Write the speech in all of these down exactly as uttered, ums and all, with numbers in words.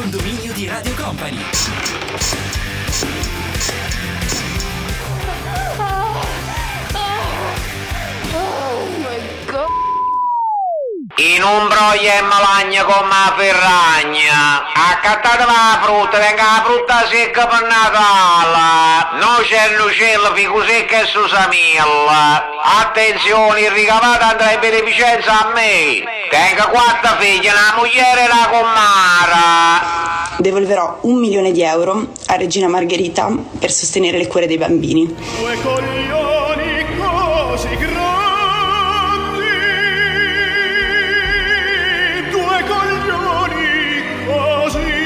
condominio di Radio Company. Oh my god. In un broglio e malagna come la ferragna. Accattate la frutta, venga la frutta secca per Natale. Noce e nucella, fico secca e susamilla. Attenzione, il ricavato andrà in beneficenza a me. Tenga quattro figlie, una moglie e una comare. Devolverò un milione di euro a Regina Margherita per sostenere le cure dei bambini. Due coglioni così grandi, due coglioni così,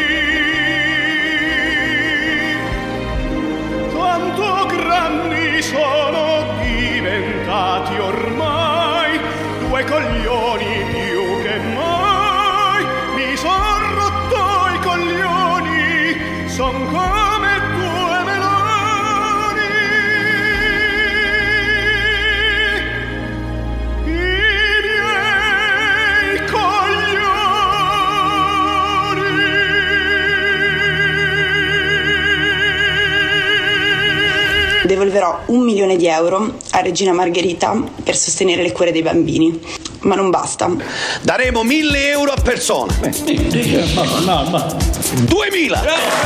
quanto grandi sono diventati ormai, due coglioni più che mai, mi son rotto i coglioni, son come due meloni, i miei coglioni. Devolverò un milione di euro a Regina Margherita per sostenere le cure dei bambini. Ma non basta. Daremo mille euro a persona. Duemila.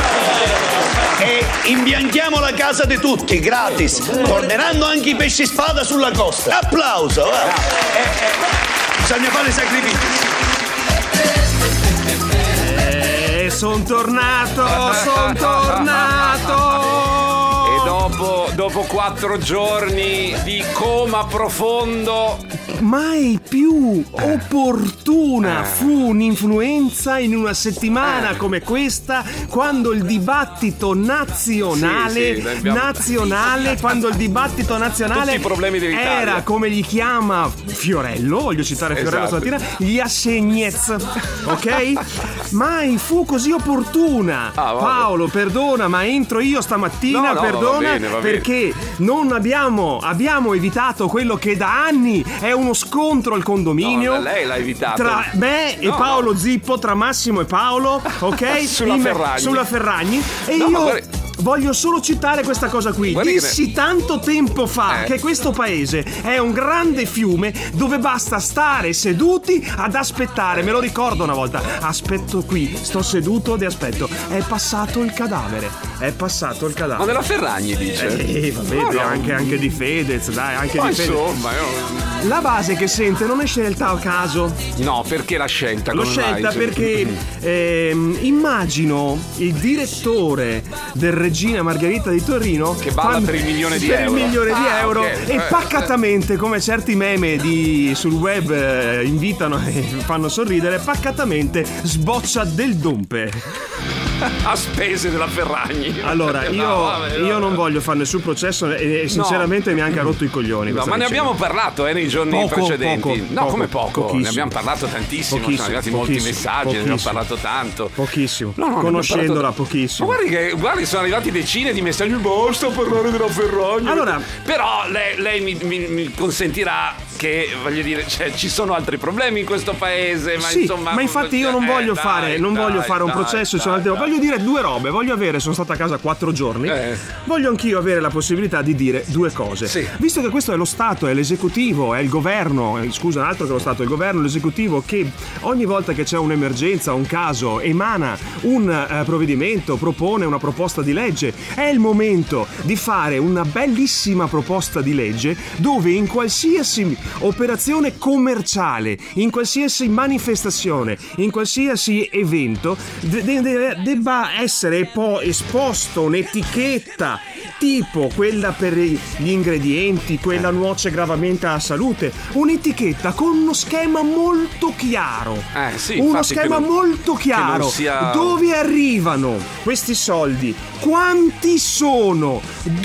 E imbianchiamo la casa di tutti, gratis. Torneranno anche i pesci spada sulla costa. Applauso. Eh. Bisogna fare sacrifici. Eh, son tornato, son tornato. Dopo, dopo quattro giorni di coma profondo, mai più opportuna fu un'influenza in una settimana eh. come questa, quando il dibattito nazionale, sì, sì, abbiamo... nazionale, quando il dibattito nazionale tutti i problemi dell'Italia. Era, come li chiama Fiorello, voglio citare Fiorello esatto. stamattina, gli assegnez, ok? Mai fu così opportuna. Ah, Paolo, perdona, ma entro io stamattina, no, no, perdona, va bene, va bene. perché non abbiamo, abbiamo evitato quello che da anni è uno scontro al condominio. No, lei l'ha evitato. Tra me e no, Paolo no. Zippo, tra Massimo e Paolo, ok? Sulla In, Ferragni. Sulla Ferragni. E no, io guarda... voglio solo citare questa cosa qui. Guardi Dissi ne... tanto tempo fa eh. che questo paese è un grande fiume dove basta stare seduti ad aspettare. Me lo ricordo una volta. Aspetto qui, sto seduto ed aspetto. È passato il cadavere. È passato il cadavere. Ma della Ferragni dice? Eh, vabbè, no, no. Anche, anche di Fedez, dai, anche ma di Fedez. Insomma, io... La base che sente non è scelta a caso. No, perché l'ha scelta? L'ho come scelta mai? perché ehm, immagino il direttore del Regina Margherita di Torino che balla quando, per il milione di per euro. il milione di ah, euro okay. e pacatamente, come certi meme di, sul web eh, invitano e fanno sorridere, pacatamente sboccia del dompe. A spese della Ferragni. Allora, io, no, vabbè, no. io non voglio fare nessun processo e, e sinceramente no. mi ha anche rotto i coglioni. No, ma ne abbiamo parlato eh, nei giorni poco, precedenti. Poco, no, poco, come poco? pochissimo. Ne abbiamo parlato tantissimo. Pochissimo, Sono arrivati molti messaggi, ne abbiamo parlato tanto. Pochissimo. No, no, conoscendola, parlato... pochissimo. Ma guardi che guardi, sono arrivati decine di messaggi. Basta parlare della Ferragni. Allora, però lei, lei mi, mi, mi consentirà che, voglio dire, cioè, ci sono altri problemi in questo paese. Ma sì, insomma, ma infatti io non voglio eh, fare, dai, non dai, voglio fare dai, un processo. Dai, sono altri... dai. Voglio dire due robe. Voglio avere, sono stato a casa quattro giorni. Eh. Voglio anch'io avere la possibilità di dire due cose. Sì. Visto che questo è lo Stato, è l'esecutivo, è il governo. Eh, scusa, un altro che lo Stato, è il governo, l'esecutivo che ogni volta che c'è un'emergenza, un caso, emana un eh, provvedimento, propone una proposta di legge. È il momento di fare una bellissima proposta di legge dove in qualsiasi operazione commerciale, in qualsiasi manifestazione, in qualsiasi evento de- de- de- debba essere poi esposto un'etichetta tipo quella per gli ingredienti, quella nuoce gravamente alla salute, un'etichetta con uno schema molto chiaro, eh, sì, uno schema non, molto chiaro, sia... dove arrivano questi soldi, quanti sono,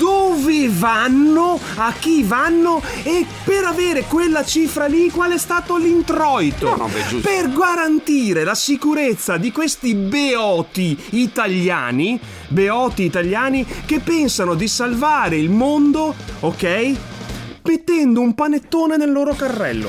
dove vanno, a chi vanno e per avere quella cifra lì qual è stato l'introito, no, no, beh, giusto. Per garantire la sicurezza di questi beoti italiani, beoti italiani che pensano di salvare il mondo, ok? Mettendo un panettone nel loro carrello.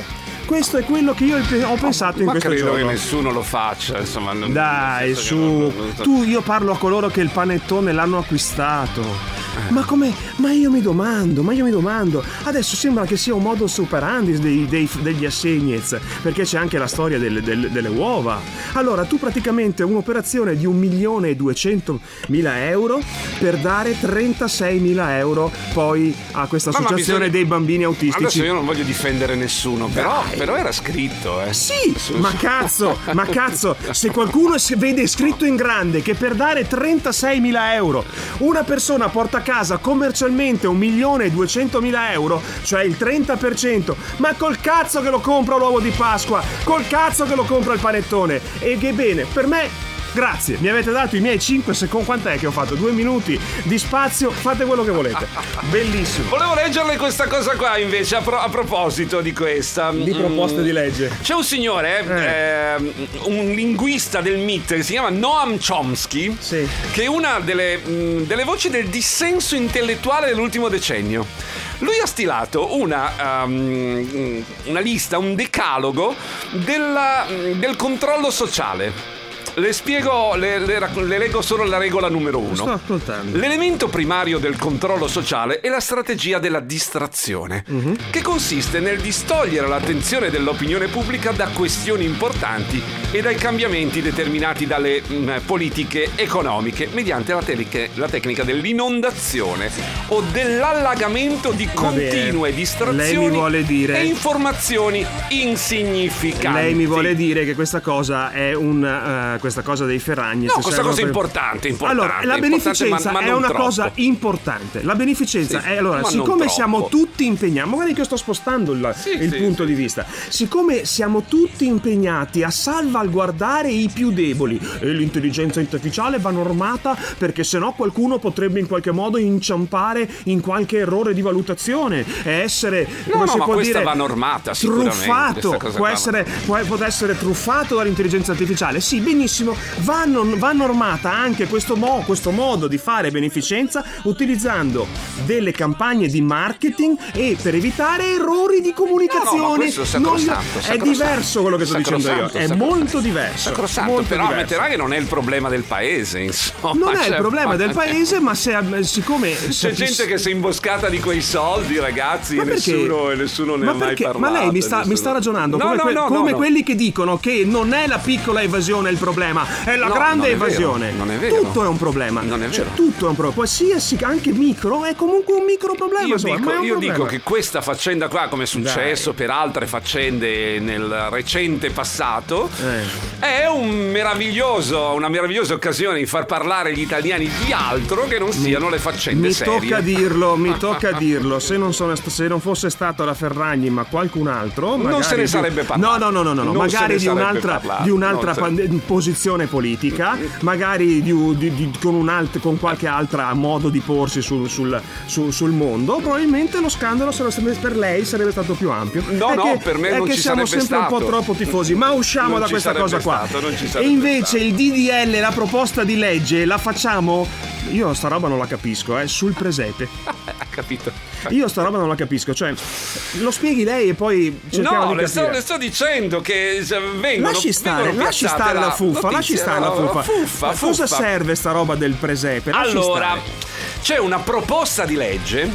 questo è quello che io ho pensato in Ma questo credo giorno. che nessuno lo faccia, insomma. Non, Dai, nel senso su, che non- non- tu, io parlo a coloro che il panettone l'hanno acquistato. Ma come? Ma io mi domando, ma io mi domando. Adesso sembra che sia un modus operandi dei, dei, degli assegnez, perché c'è anche la storia delle, delle, delle uova. Allora, tu praticamente un'operazione di un milione e duecentomila euro per dare trentaseimila euro poi a questa Ma- ma associazione bisogna- dei bambini autistici. Adesso io non voglio difendere nessuno, però, però era scritto, eh. Sì, ma cazzo, ma cazzo, se qualcuno si vede scritto in grande che per dare trentaseimila euro una persona porta a casa commercialmente un milione e duecentomila euro, cioè il trenta per cento, ma col cazzo che lo compra l'uovo di Pasqua, col cazzo che lo compra il panettone. E che bene, per me... Grazie, mi avete dato i miei cinque secondi. Quant'è che ho fatto? Due minuti di spazio, fate quello che volete. Bellissimo. Volevo leggerle questa cosa qua invece a, pro- a proposito di questa. Di proposte Mm, di legge. C'è un signore, eh, un linguista del M I T che si chiama Noam Chomsky, Sì. che è una delle, mh, delle voci del dissenso intellettuale dell'ultimo decennio. Lui ha stilato una, um, una lista, un decalogo della, del controllo sociale. Le spiego, le, le, le leggo solo la regola numero uno. Sto ascoltando. L'elemento primario del controllo sociale è la strategia della distrazione, Mhm. che consiste nel distogliere l'attenzione dell'opinione pubblica da questioni importanti e dai cambiamenti determinati dalle mh, politiche economiche mediante la, teliche- la tecnica dell'inondazione o dell'allagamento di Va bene. continue Lei distrazioni mi vuole dire- e informazioni insignificanti. Lei mi vuole dire che questa cosa è un eh, questa cosa dei ferragni. No, se questa servono cosa è per- importante, importante. Allora, la importante, beneficenza ma- ma è non una troppo. cosa importante. La beneficenza Sì, è allora, ma non siccome troppo. siamo tutti impegnati, magari che io sto spostando il, Sì, il sì, punto sì. di vista. Siccome siamo tutti impegnati a salvaguardare i più deboli e l'intelligenza artificiale va normata perché sennò qualcuno potrebbe in qualche modo inciampare in qualche errore di valutazione e essere No, come no, si ma può questa dire va normata, sicuramente, truffato, questa cosa può qua. essere può, può essere truffato dall'intelligenza artificiale. Sì, benissimo, va, non, va normata anche questo, mo, questo modo di fare beneficenza utilizzando delle campagne di marketing e per evitare errori di comunicazione. No, no, ma questo è sacrosanto, Non- è sacrosanto. diverso quello che sto dicendo io, Sacrosanto, è sacrosanto. molto diverso. Sacrosanto, molto però diverso. ammetterà che non è il problema del paese, insomma. Non è Cioè, il problema ma- del paese, ma se, siccome C'è gente che si è imboscata di quei soldi, ragazzi, Ma e perché? nessuno, e nessuno ne ma ha mai perché? parlato. Ma lei mi sta, mi nessuno- sta ragionando No, come, no, que- no, come no, quelli che dicono che non è la piccola evasione il problema, è la No, grande non è vero, evasione. non è vero. Tutto è un problema. Non è Cioè, vero. tutto è un problema. Qualsiasi, anche micro, è comunque un micro problema. Io, insomma, dico, ma è un io problema. dico che questa faccenda qua, come è successo per altre faccende nel recente passato, Eh. è un meraviglioso, una meravigliosa occasione di far parlare gli italiani di altro che non siano le faccende Mi serie. tocca dirlo, mi tocca dirlo. Se non, sono, se non fosse stato la Ferragni, ma qualcun altro, magari se ne di- sarebbe parlato. No, no, no, no, no. Non magari se di ne sarebbe un'altra, parlato. di un'altra Non se- pan- posizione politica, magari di, di- di- con, un alt- con qualche altra modo di porsi sul, sul, sul- sul mondo. Probabilmente lo scandalo sarebbe- per lei sarebbe stato più ampio. No, È no, che- per me è non che ci siamo sarebbe sempre un po' stato. troppo tifosi. Ma usciamo Non da ci questa sarebbe cosa qua. stato, non ci E sarebbe invece stato. il D D L, la proposta di legge, la facciamo. Io sta roba non la capisco, eh, sul presepe. Ha capito? Io sta roba non la capisco, cioè lo spieghi lei e poi cerchiamo No, di le sto, capire. le sto dicendo che se vengono Lasci stare, vengono lasci piazzate stare la fuffa, notizie, lasci stare la no, fuffa. fuffa, Ma cosa fuffa. serve sta roba del presepe? Lasci Allora, stare. c'è una proposta di legge,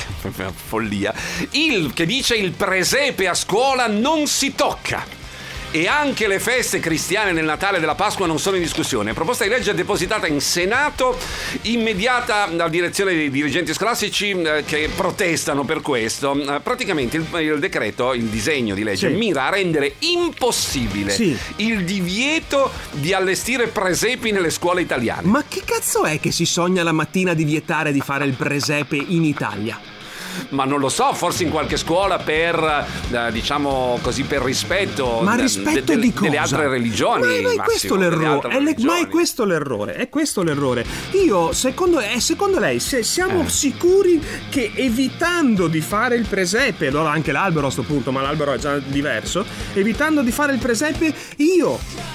follia, il, che dice il presepe a scuola non si tocca. E anche le feste cristiane del Natale e della Pasqua non sono in discussione. Proposta di legge depositata in Senato, immediata dalla direzione dei dirigenti scolastici eh, che protestano per questo. Eh, praticamente il, il decreto, il disegno di legge, Sì. mira a rendere impossibile Sì. il divieto di allestire presepi nelle scuole italiane. Ma che cazzo è che si sogna la mattina di vietare di fare il presepe in Italia? Ma non lo so, forse in qualche scuola per, eh, diciamo così, per rispetto, Ma de- rispetto de- di cosa? delle altre religioni. Ma, ma è Massimo, questo delle l'errore. altre È le- ma è religioni. questo l'errore. È questo l'errore. Io, secondo, eh, secondo lei, se siamo Eh. sicuri che evitando di fare il presepe, allora anche l'albero a sto punto, ma l'albero è già diverso, evitando di fare il presepe, io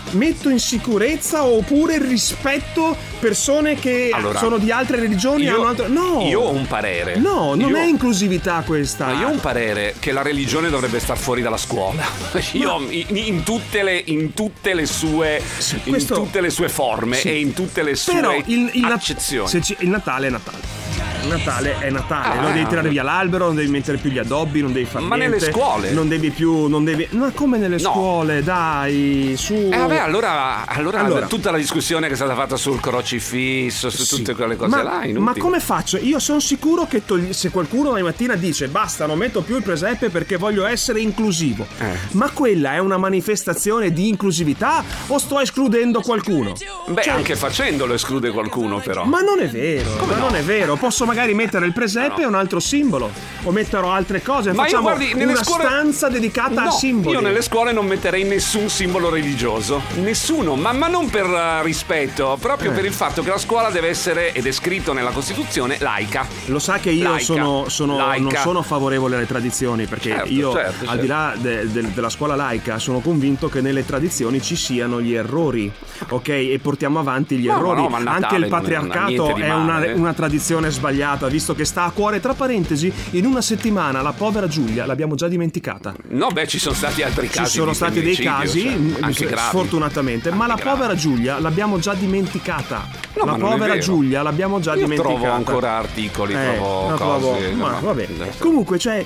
metto in sicurezza oppure rispetto persone che Allora, sono di altre religioni io, hanno altro... No, io ho un parere. no, non Io- è inclusività questa. Ma io ho un parere che la religione dovrebbe star fuori dalla scuola. Io in, in tutte le in tutte le sue questo- in tutte le sue forme Sì. e in tutte le sue Però il, il, Nat- accezioni. se ci- il Natale è Natale. Il Natale è Natale, Ah, non devi eh. tirare via l'albero, non devi mettere più gli addobbi, non devi fare Ma niente. nelle scuole? Non devi più, non devi... Ma come nelle No. scuole, dai, su... Eh vabbè, allora, allora, Allora. tutta la discussione che è stata fatta sul crocifisso, su Sì. tutte quelle cose ma, là, inutili. ma come faccio? Io sono sicuro che togli- se qualcuno domani mattina dice basta, non metto più il presepe perché voglio essere inclusivo, Eh. ma quella è una manifestazione di inclusività o sto escludendo qualcuno? Beh, Cioè, anche facendolo esclude qualcuno, però. ma non è vero, ma non è vero. Posso magari mettere il presepe e un altro simbolo, o metterò altre cose. Ma io, Facciamo guardi, nelle una scuole- stanza dedicata No, a simboli. io nelle scuole non metterei nessun simbolo religioso. Nessuno, ma, ma non per eh, rispetto, proprio Eh. per il fatto che la scuola deve essere, ed è scritto nella Costituzione, laica. Lo sa che io Laica. sono, sono- Laica. non sono favorevole alle tradizioni, perché Certo, io, certo, al di là de- de- della scuola laica, sono convinto che nelle tradizioni ci siano gli errori, ok? E portiamo avanti gli No, errori. no, ma il Natale Anche il non è- non ha patriarcato niente di è una, male, eh. una tradizione sbagliata, visto che sta a cuore. Tra parentesi, in una settimana la povera Giulia l'abbiamo già dimenticata. No, beh, ci sono stati altri casi. Ci sono di stati dei femminicidio, casi, cioè, mh, anche gravi. sfortunatamente, ma Anche la gravi. povera Giulia l'abbiamo già dimenticata. No, la ma non è povera vero. Giulia l'abbiamo già Io dimenticata. trovo ancora articoli, Eh, trovo no, cose. trovo- ma no, vabbè. adesso- Comunque, cioè,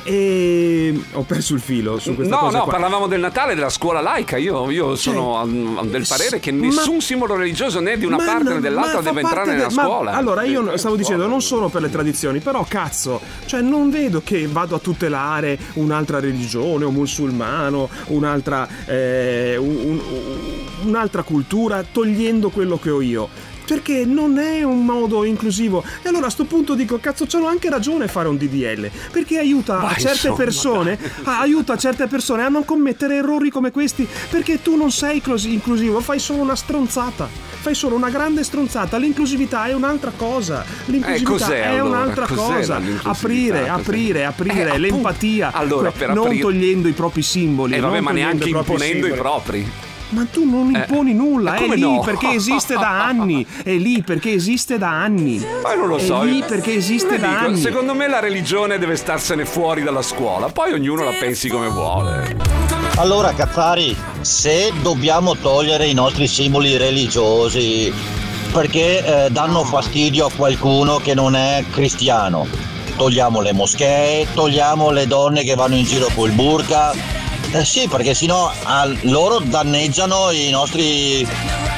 eh, ho perso il filo su questa No, cosa no, qua. parlavamo del Natale, della scuola laica. Io, io sono um, del parere che ma- nessun simbolo religioso né di una Ma parte no, né dell'altra ma fa deve parte entrare nella de- ma- scuola. allora, io Eh, stavo dicendo, scuola. non sono per le tradizioni, però cazzo, cioè non vedo che vado a tutelare un'altra religione, o musulmano, un'altra, eh, un- un- un'altra cultura, togliendo quello che ho io. Perché non è un modo inclusivo. E allora a sto punto dico, cazzo, c'hanno anche ragione a fare un D D L, perché aiuta Ma a certe insomma, persone a- aiuta certe persone a non commettere errori come questi, perché tu non sei così inclusivo, fai solo una stronzata, fai solo una grande stronzata. L'inclusività è un'altra cosa. L'inclusività Eh, cos'è, è allora? un'altra Cos'è cosa. l'inclusività? Aprire, Cos'è? aprire, aprire, Eh, appunto. l'empatia. Allora, Que- per non aprire- togliendo i propri simboli. E vabbè, non ma togliendo neanche i propri imponendo i simboli. propri. Ma tu non imponi nulla, Ma è come lì no? perché esiste da anni, è lì perché esiste da anni. Ma non lo so. È lì io- perché esiste Le da dico, anni. secondo me la religione deve starsene fuori dalla scuola, poi ognuno la pensi come vuole. Allora, Cazzari, se dobbiamo togliere i nostri simboli religiosi perché eh, danno fastidio a qualcuno che non è cristiano, togliamo le moschee, togliamo le donne che vanno in giro col burka. Eh sì, perché sennò a loro danneggiano i nostri...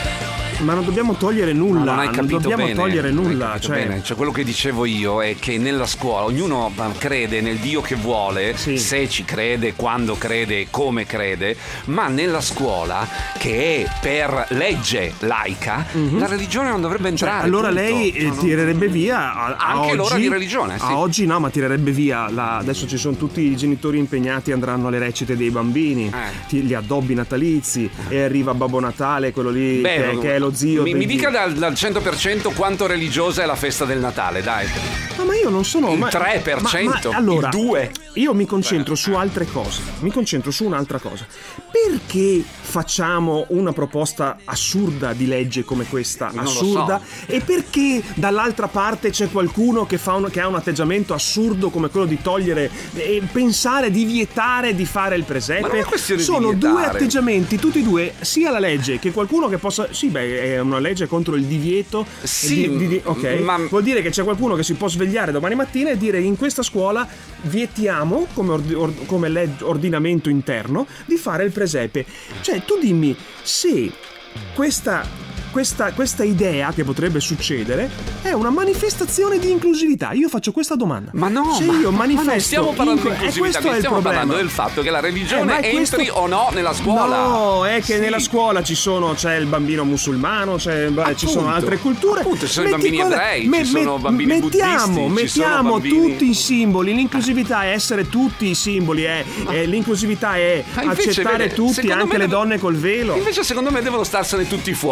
Ma non dobbiamo togliere nulla, No, non hai capito dobbiamo bene, togliere non hai nulla. capito Cioè, bene. Cioè, quello che dicevo io è che nella scuola ognuno eh, crede nel Dio che vuole, Sì. se ci crede, quando crede, come crede, ma nella scuola, che è per legge laica, la religione non dovrebbe entrare. allora punto. lei eh, Cioè, non- tirerebbe via a, a Anche oggi, l'ora di religione, sì. A oggi no, ma tirerebbe via la, adesso ci sono tutti i genitori impegnati, andranno alle recite dei bambini, Eh. ti- gli addobbi natalizi, e arriva Babbo Natale, quello lì Beh, che, che è lo zio Mi, del- mi dica dal, dal cento per cento quanto religiosa è la festa del Natale, dai. Ma, ma io non sono Il ma- tre per cento, ma- ma allora, il due. Io mi concentro su altre cose. Mi concentro su un'altra cosa. Perché facciamo una proposta assurda di legge come questa? Non lo Assurda. so. E perché dall'altra parte c'è qualcuno che, fa un, che ha un atteggiamento assurdo come quello di togliere e pensare di vietare di fare il presepe? Ma non è questione di Sono due vietare. atteggiamenti, tutti e due, sia la legge che qualcuno che possa. Sì, beh, è una legge contro il divieto. Sì, di- di- di- ok. ma- Vuol dire che c'è qualcuno che si può svegliare domani mattina e dire in questa scuola vietiamo come, ordi- or- come leg- ordinamento interno di fare il presepe. Cioè tu dimmi se questa Questa, questa idea che potrebbe succedere è una manifestazione di inclusività. Io faccio questa domanda. Ma no, se ma, io ma manifesto non stiamo parlando di inclu- eh, inclusività, questo è qui il stiamo problema. parlando del fatto che la religione Eh, ma è questo- entri o no nella scuola. No, è che Sì. nella scuola ci sono, c'è il bambino musulmano, c'è, beh, ci sono Appunto. altre culture. Appunto, ci sono i Metti bambini quella- ebrei, ci sono bambini mettiamo, buddisti, ci sono mettiamo bambini- tutti i simboli. L'inclusività è essere tutti i simboli, è, è- l'inclusività è Ma invece, accettare vede, tutti, secondo anche me le devo- donne col velo. Invece secondo me devono starsene tutti fuori i simboli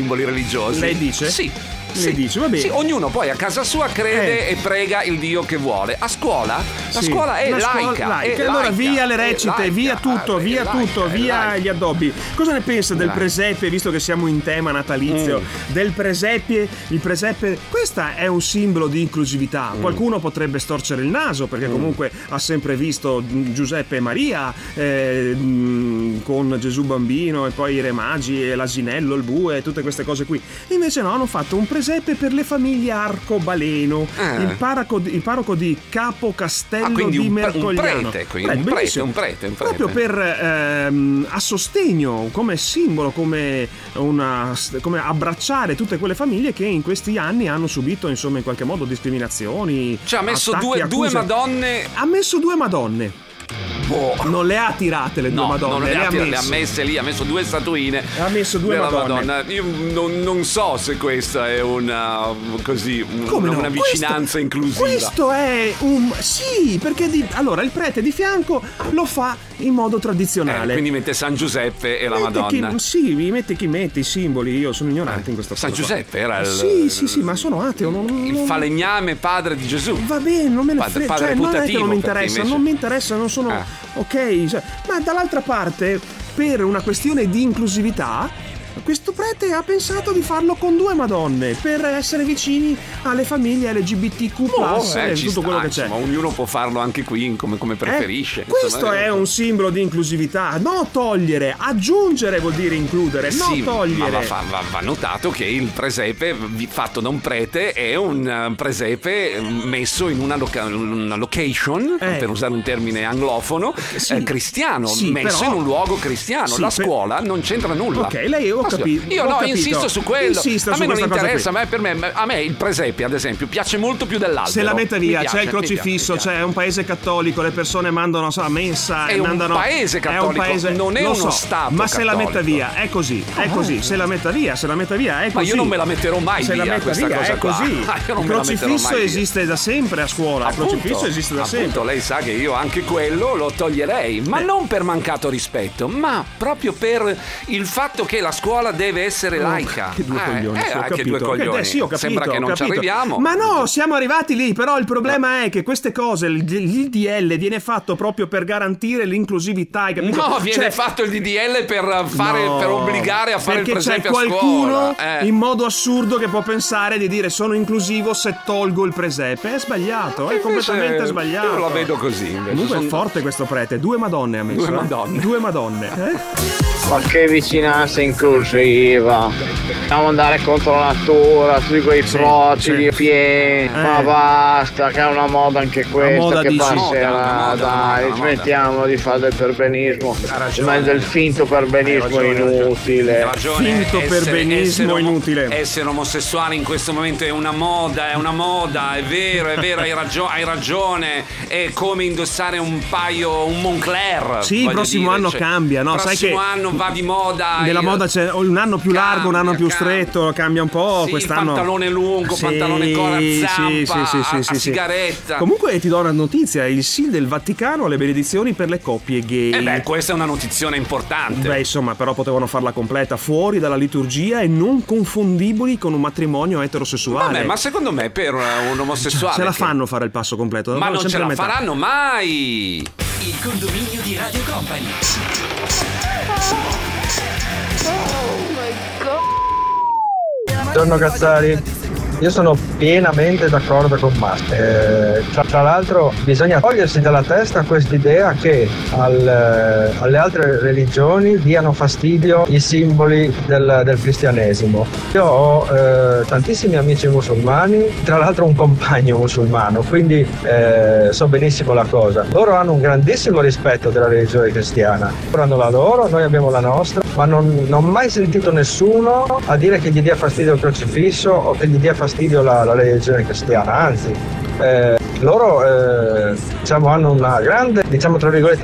simboli religiosi. Lei dice? Sì. Lei Sì, dice, va bene. sì, ognuno poi a casa sua crede Eh. e prega il Dio che vuole. A scuola? La Sì, scuola è la scuola laica. laica. È Allora laica, via le è recite, laica, via tutto, è via laica, tutto, è via laica. gli addobbi. Cosa ne pensa del Laica. presepe, visto che siamo in tema natalizio? Mm. Del presepe, il presepe, questa è un simbolo di inclusività. Mm. Qualcuno potrebbe storcere il naso perché comunque ha sempre visto Giuseppe e Maria eh, mm, con Gesù bambino e poi i re magi e l'asinello, il bue e tutte queste cose qui. E invece no, hanno fatto un presepe per le famiglie arcobaleno, Ah. il, paraco, il parroco di Capo Castello Ah, quindi di un pre- un Mercogliano. prete, quindi, Eh, un prete, benissimo. un prete, un prete. Proprio per ehm, a sostegno, come simbolo, come una come abbracciare tutte quelle famiglie che in questi anni hanno subito, insomma, in qualche modo discriminazioni. Cioè ha messo attacchi, due, due accuse. Madonne. Ha messo due Madonne. Boh. Non le ha tirate le due No, Madonne, non le, ha, ha tirate, messe. le ha messe lì, ha messo due statuine. Ha messo due della Madonne. Madonna. Io non, non so se questa è una così un- Come no? una vicinanza Questo- inclusiva. Questo è un sì, perché di, allora il prete di fianco lo fa in modo Eh, tradizionale. quindi mette San Giuseppe e la Mette Madonna. chi- sì, mi mette chi mette i simboli, io sono ignorante in questa San cosa qua. Giuseppe era il, Sì, sì, sì, ma sono ateo, non, il non- falegname padre di Gesù. Va bene, non me ne Padre- frega, padre cioè, non è che putativo, non mi perché interessa, invece- non mi interessa, non sono Ah. ok, cioè, ma dall'altra parte, per una questione di inclusività, questo prete ha pensato di farlo con due Madonne per essere vicini alle famiglie L G B T Q plus, Oh, eh, e ci tutto sta, quello che c'è. insomma, ognuno può farlo anche qui come, come preferisce. Eh, questo Insomma, è un simbolo di inclusività, no togliere, aggiungere vuol dire includere, no Sì, togliere. ma va, fa- va- va notato che il presepe vi- fatto da un prete è un eh, presepe messo in una, loca- una location, Eh. per usare un termine anglofono, Sì. eh, cristiano, Sì, messo però- in un luogo cristiano. Sì, La per- scuola non c'entra nulla. Ok, lei ho Ma scusa, capito. Io ho no, capito. insisto su quello. Insista a su me non questa cosa interessa, qui. ma per me, a me il presepe, ad esempio, piace molto più dell'altro. Se la metta via, Mi c'è il piace, mi crocifisso, piace, mi piace. c'è un paese cattolico, le persone mandano so, a messa, È un mandano, paese cattolico, non è lo uno so, stato ma se la cattolico. metta via, è così, è così, se la metta via, se la metta via, è così. Ma io non me la metterò mai se via la metta questa via, cosa è qua. così. Io non Il me la metterò crocifisso mai via. esiste da sempre a scuola, il crocifisso esiste da appunto, sempre. lei sa che io anche quello lo toglierei, ma Beh. non per mancato rispetto, ma proprio per il fatto che la scuola deve essere laica. Che due Eh, coglioni, eh, sì, ho che capito. due coglioni. Eh, sì, ho capito, Sembra che ho non ci capito. arriviamo. Ma no, siamo arrivati lì, però il problema è che queste cose, il il D L viene fatto proprio per garantire l'inclusività, hai capito? No, viene Cioè, fatto il D D L per fare no, per obbligare a fare il perché presepe c'è a qualcuno scuola. Eh. in modo assurdo che può pensare di dire sono inclusivo se tolgo il presepe. È sbagliato, è Invece completamente sbagliato. Io la vedo così. invece. Comunque Son- è forte questo prete, due madonne ha messo. Due eh? madonne. Due madonne. Eh? Ma che vicinanza inclusiva. Dobbiamo andare contro la natura, tutti quei froti, sì. pieni. Ma basta, che è una moda anche questa, moda, che dici? passerà. Moda, una moda, Dai, una moda. smettiamo di fare del perbenismo. Ma del finto perbenismo Hai inutile. ragione, Finto essere- perbenismo essere omo- inutile. Essere omosessuale in questo momento è una moda, è una moda, è vero, è vero, hai, ragio- hai ragione. È come indossare un paio, un Moncler. Sì, il voglio prossimo dire, anno cioè, cambia, no? Il Sai prossimo che anno va di moda. Nella il- moda c'è un anno più largo, un anno Cambia, più cambia. stretto, cambia un po'. Sì, quest'anno il pantalone lungo, Sì, pantalone corda sì, zampa, sì, sì, sì, a, sì, a sì. sigaretta. Comunque ti do una notizia, il sì del Vaticano alle benedizioni per le coppie gay. Eh beh, questa è una notizione importante. Beh, insomma, però potevano farla completa, fuori dalla liturgia e non confondibili con un matrimonio eterosessuale. Vabbè, ma secondo me per un omosessuale ce la che- fanno fare il passo completo. Ma vanno non ce sempre la a metà. faranno mai. Il condominio di Radio Company. Oh my god. Buongiorno Cazzari, io sono pienamente d'accordo con Max. Eh, tra, tra l'altro bisogna togliersi dalla testa quest'idea che al, alle altre religioni diano fastidio i simboli del, del cristianesimo. Io ho eh, tantissimi amici musulmani, tra l'altro un compagno musulmano, quindi eh, so benissimo la cosa. Loro hanno un grandissimo rispetto della religione cristiana. Loro hanno la loro, noi abbiamo la nostra, ma non, non ho mai sentito nessuno a dire che gli dia fastidio il crocifisso o che gli dia fastidio la, la religione cristiana, anzi eh, loro eh, diciamo hanno una grande, diciamo tra virgolette, sti-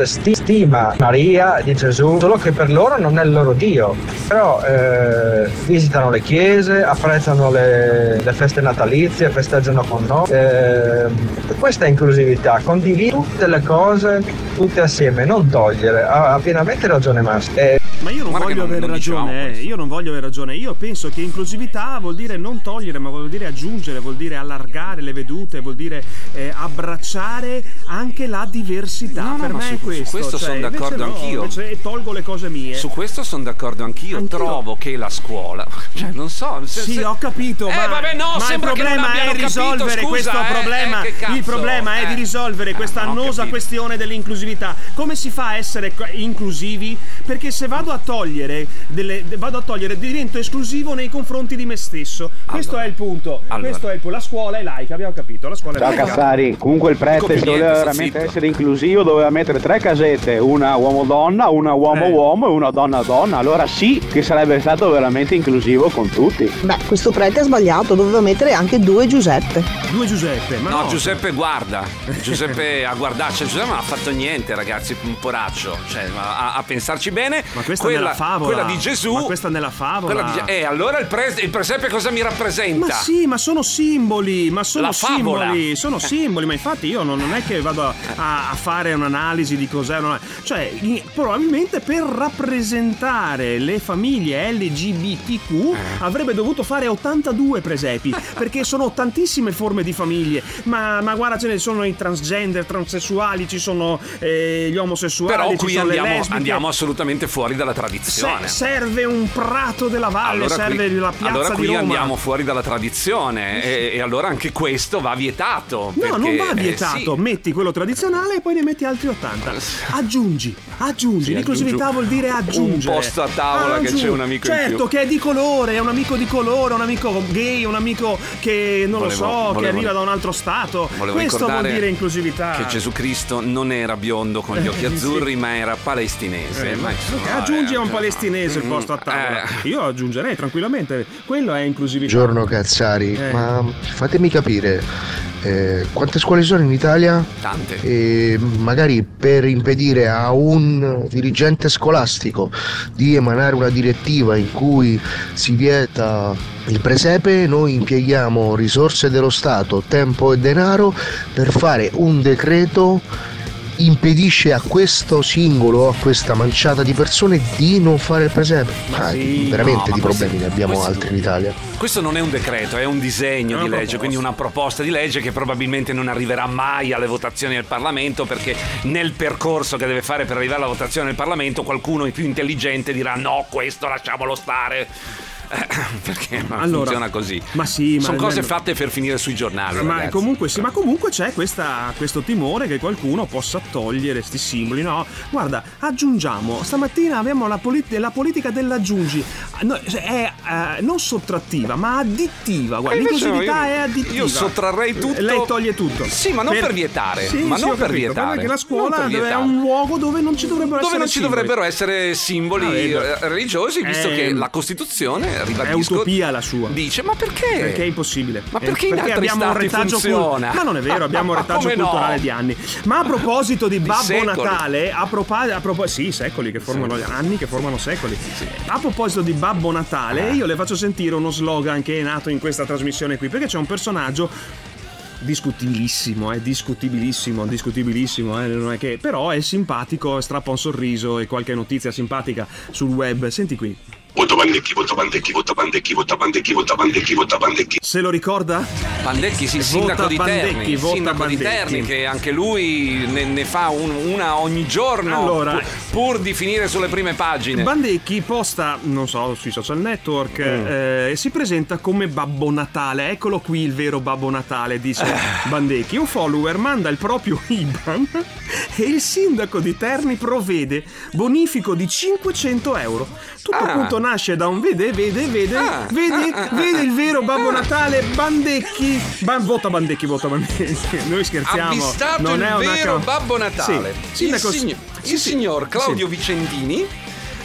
stima Maria di Gesù, solo che per loro non è il loro Dio. Però eh, visitano le chiese, apprezzano le, le feste natalizie, festeggiano con noi. Eh, questa è inclusività, condividi tutte le cose tutte assieme, non togliere. Ha, ha pienamente ragione Massimo. Eh, Ma io non Guarda voglio che non- avere non ragione, eh. io non voglio avere ragione. Io penso che inclusività vuol dire non togliere, ma vuol dire aggiungere, vuol dire allargare le vedute, vuol dire eh, abbracciare anche la diversità. No, no, per ma me su- è su questo. questo cioè, son invece d'accordo no, anch'io. Invece tolgo le cose mie. Su questo sono d'accordo anch'io. Anch'io. Trovo che la scuola, cioè non so, se, Sì, se- ho capito, Eh, ma, vabbè, no, ma il sembra che non problema abbiano è risolvere capito, questo scusa, eh, problema. eh, che cazzo, il problema è eh. di risolvere questa Eh, ho annosa capito. questione dell'inclusività. Come si fa a essere co- inclusivi? Perché se vado a togliere delle, de- vado a togliere divento esclusivo nei confronti di me stesso. Questo Allora. è il punto. Allora. Questo è il punto. La scuola è laica, abbiamo capito. La scuola è Ciao laica. Cassari, comunque il Dico prete più se niente, voleva sto veramente zitto. essere inclusivo doveva mettere tre casette, una uomo-donna, una uomo-uomo e una donna-donna, allora sì che sarebbe stato veramente inclusivo con tutti. Beh, questo prete ha sbagliato, doveva mettere anche due Giuseppe. Due Giuseppe, ma No, no. Giuseppe guarda, Giuseppe a guardarci, cioè, Giuseppe non ha fatto niente ragazzi, un poraccio, cioè a, a pensarci bene. Ma questa quella, nella favola. quella di Gesù. Ma questa nella favola. Quella di, eh, allora il, pres- il presepe cosa mi rappresenta? Ma sì, ma sono simboli, ma sono La favola. simboli, sono simboli, ma infatti io non, non è che vado a, a fare un'analisi di cos'è, non è- cioè i- probabilmente per rappresentare le famiglie L G B T Q Eh. avrebbe dovuto fare ottantadue presepi, perché sono tantissime forme di famiglie, ma, ma guarda ce ne sono i transgender, transessuali, ci sono eh, gli omosessuali, Però ci qui sono le andiamo, lesbiche. andiamo assolutamente fuori dalla Se- tradizione. serve un prato della valle, Allora serve qui, la piazza allora di qui Roma. andiamo fuori dalla tradizione e, e allora anche questo va vietato. No, perché, non va eh, vietato, sì. metti quello tradizionale e poi ne metti altri ottanta. Aggiungi, aggiungi, Sì, l'inclusività aggiungi vuol dire aggiungere. un posto a tavola che Aggiungi. c'è un amico in certo, più. che è di colore, è un amico di colore, un amico gay, un amico che non Volevo- lo so, che volevo- arriva da un altro stato. Volevo Questo vuol ricordare dire inclusività. che Gesù Cristo non era biondo con gli occhi Eh, sì. azzurri, ma era palestinese. Eh, ma insomma, ok, aggiungi eh, a un palestinese il posto a tavola. eh. Io aggiungerei tranquillamente. Quello è inclusività. Buongiorno Cazzari, Eh. ma fatemi capire eh, quante scuole sono in Italia? Tante. E magari per impedire a un dirigente scolastico di emanare una direttiva in cui si vieta il presepe, noi impieghiamo risorse dello Stato, tempo e denaro per fare un decreto impedisce a questo singolo, a questa manciata di persone di non fare il presepe. Ma sì, veramente no, di ma problemi questo- ne abbiamo questo- altri in Italia. Questo non è un decreto, è un disegno È di una legge, proposta. quindi una proposta di legge che probabilmente non arriverà mai alle votazioni del Parlamento, perché nel percorso che deve fare per arrivare alla votazione del Parlamento qualcuno più intelligente dirà no, questo lasciamolo stare. Eh, perché non Allora, funziona così. ma sì, ma sono cose almeno- fatte per finire sui giornali. Ma ragazzi. comunque sì, ma comunque c'è questa, questo timore che qualcuno possa togliere sti simboli. No, guarda, aggiungiamo. Stamattina abbiamo la, polit- la politica dell'aggiungi. No, è eh, non sottrattiva, ma additiva. Guarda, E invece l'inclusività no, io- è additiva. io sottrarrei tutto. Lei toglie tutto. Sì, ma non per vietare, Sì, ma sì, non ho per capito, vietare. Perché la scuola Non per dove è vietare. un luogo dove non ci dovrebbero Dove essere non ci simboli. dovrebbero essere simboli Ah, vedo. eh, religiosi, visto È- che la Costituzione, È ribadisco, utopia la sua. dice ma perché? Perché è impossibile. Ma Eh, perché in altri abbiamo un stati retaggio cul- funziona? Ma non è vero, abbiamo un Ma retaggio come no? culturale di anni. Ma a proposito di Babbo secoli. Natale, a proposito, a propo- sì, secoli che formano anni che formano secoli. A proposito di Babbo Natale, io le faccio sentire uno slogan che è nato in questa trasmissione qui, perché c'è un personaggio discutibilissimo, è discutibilissimo, discutibilissimo, eh, non è che, però è simpatico, strappa un sorriso e qualche notizia simpatica sul web. Senti qui. Voto Bandecchi, voto Bandecchi, voto Bandecchi, voto Bandecchi, voto Bandecchi, voto Bandecchi. Se lo ricorda? Bandecchi, sì, Vota sindaco di Bandecchi, Terni, vota sindaco di Bandecchi. Terni, che anche lui ne, ne fa un- una ogni giorno, Allora, pur, pur di finire sulle prime pagine. Bandecchi posta, non so, sui social network Mm. eh, e si presenta come Babbo Natale. Eccolo qui il vero Babbo Natale, dice Bandecchi. Un follower manda il proprio I B A N e il sindaco di Terni provvede bonifico di cinquecento euro. Tutto Ah. appunto nasce da un vede, vede, vede, Ah. vede, Ah, ah, vede il vero Babbo ah. Natale, Bandecchi. Ba- vota Bandecchi, vota Bandecchi. Noi scherziamo. Avvistato non il è una vero ca- Babbo Natale. Sì. Sindaco- il, sign- sì, il sì. signor Claudio Sì. Vicentini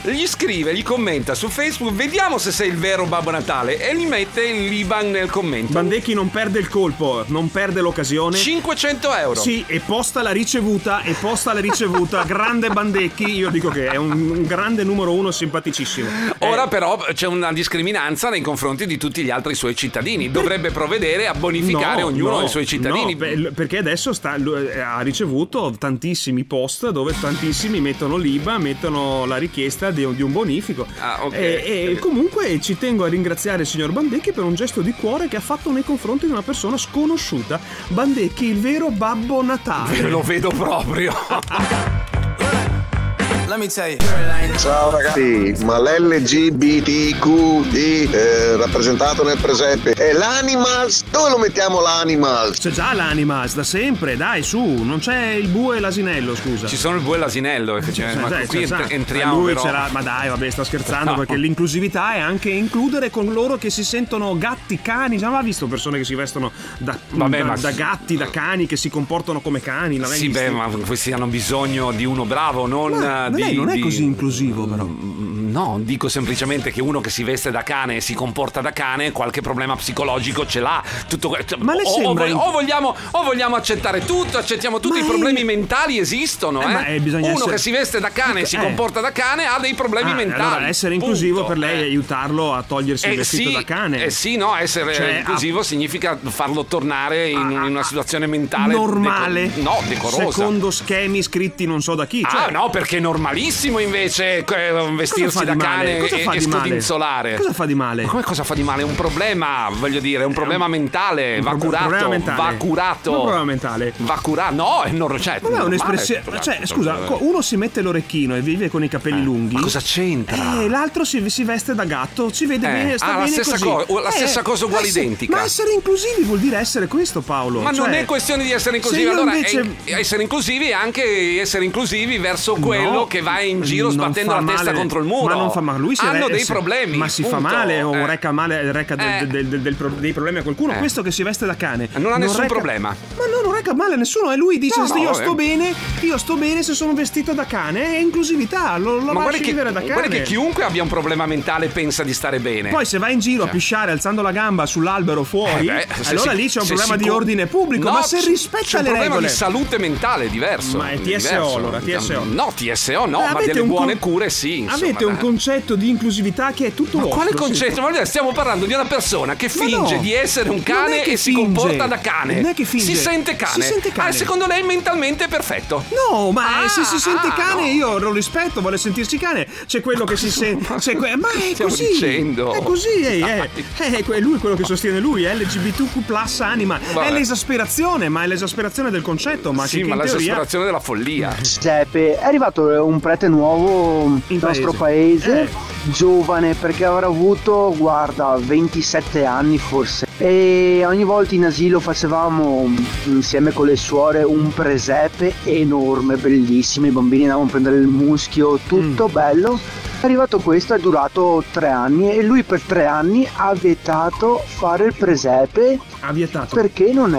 gli scrive, gli commenta su Facebook, vediamo se sei il vero Babbo Natale, e gli mette il l'I B A N nel commento. Bandecchi non perde il colpo, non perde l'occasione. cinquecento euro. Sì, e posta la ricevuta, e posta la ricevuta. Grande Bandecchi, io dico che è un, un grande numero uno, simpaticissimo. Ora eh, però c'è una discriminanza nei confronti di tutti gli altri suoi cittadini. Dovrebbe provvedere a bonificare no, ognuno no, dei suoi cittadini. No, beh, perché adesso sta, ha ricevuto tantissimi post dove tantissimi mettono l'I B A, mettono la richiesta di, di un bonifico. Ah, ok. E, e comunque ci tengo a ringraziare il signor Bandecchi per un gesto di cuore che ha fatto nei confronti di una persona sconosciuta. Bandecchi, il vero Babbo Natale. Lo vedo proprio. Ciao ragazzi, ma l'L G B T Q D eh, rappresentato nel presepe è l'Animals? Dove lo mettiamo l'Animals? C'è già l'Animals da sempre, dai su, non c'è il bue e l'asinello, scusa. Ci sono il bue e l'asinello, effettivamente. C'è, Ma c'è, qui c'è, ent- c'è. entriamo Lui però. c'era, ma dai, vabbè, sta scherzando, No. perché l'inclusività è anche includere con loro che si sentono gatti, cani. Già non ha visto persone che si vestono da, Vabbè, da, ma- da gatti, da cani, che si comportano come cani. Non Sì, beh, ma questi hanno bisogno di uno bravo, non Ma di. lei non è di- così inclusivo, però. No, dico semplicemente che uno che si veste da cane e si comporta da cane qualche problema psicologico ce l'ha. Tutto questo. Ma le o, sembra o, in- o vogliamo o vogliamo accettare tutto, accettiamo tutti Ma i è- problemi mentali esistono, Eh, eh. ma, eh, bisogna uno essere- che si veste da cane e si Eh. comporta da cane ha dei problemi Ah, mentali. allora essere inclusivo punto. per lei è Eh. aiutarlo a togliersi il Eh vestito sì, da cane. eh sì, no, essere Cioè, inclusivo significa farlo tornare in, in una situazione mentale normale, deco- no, decorosa. secondo schemi scritti non so da chi. Cioè, Ah no, perché è normalissimo invece eh, vestirsi fa da di male? cane Cosa e, fa e di male? scodinzolare. Cosa fa di male? Ma come cosa fa di male? È un problema, voglio dire, è un problema mentale, un va pro- curato, problema mentale. va curato. Un problema mentale. Va curato. No, è non cioè, Ma è normale, un'espressione. Cioè, scusa, co- uno si mette l'orecchino e vive con i capelli lunghi. Ma cosa c'entra? E l'altro si, si veste da gatto, si vede Eh, bene, sta ah, la bene stessa così. co- la stessa cosa uguale essere- identica. Ma essere inclusivi vuol dire essere questo, Paolo. Ma non Cioè, è questione di essere se inclusivi, io allora invece- è- essere inclusivi è anche essere inclusivi verso quello No, che va in giro non sbattendo fa la testa male. contro il muro. Ma non fa male, lui si hanno re- dei si- problemi. Ma si fa punto. male o Eh. reca male, reca del- Eh. del- del- del pro- dei problemi a qualcuno. Eh. Questo che si veste da cane Non ha nessun reca- problema. Ma no, non reca male a nessuno. E lui dice: No, no, io eh. sto bene, io sto bene se sono vestito da cane. È inclusività, lo, lo Ma lasci guarda che, vivere da cane. guarda che chiunque abbia un problema mentale pensa di stare bene. Poi se vai in giro a pisciare alzando la gamba sull'albero fuori, Eh beh, se allora si- lì c'è un se problema si di può- ordine pubblico. No, ma se c'è- rispetta c'è un le problema regole, di salute mentale diverso. Ma è T S O, diverso. allora, T S O. No, T S O no, Eh, ma avete delle un buone con- cure sì. Insomma, avete un dai. concetto di inclusività che è tutto Ma vostro. quale sì. concetto? Ma guarda, stiamo parlando di una persona che finge no, di essere un non cane è che e si finge. comporta da cane. Non è che finge. Si sente cane. Si sente cane. Ah, secondo lei mentalmente è perfetto. No, ma Ah, se si sente ah, cane no. io lo rispetto, vuole sentirsi cane. C'è quello che si sente. C'è que- ma è stiamo così. dicendo? È così, è, è, è que- lui quello che sostiene lui, è L G B T Q plus anima. Vabbè. È l'esasperazione, ma è l'esasperazione del concetto. Ma Sì, che, che ma in teoria. l'esasperazione della follia. Giuseppe, è arrivato un prete nuovo nel nostro paese, giovane, perché avrà avuto, guarda, ventisette anni forse. E ogni volta in asilo facevamo insieme con le suore un presepe enorme, bellissimo, i bambini andavano a prendere il muschio, tutto bello. È arrivato questo, è durato tre anni e lui per tre anni ha vietato fare il presepe. Ha vietato. Perché non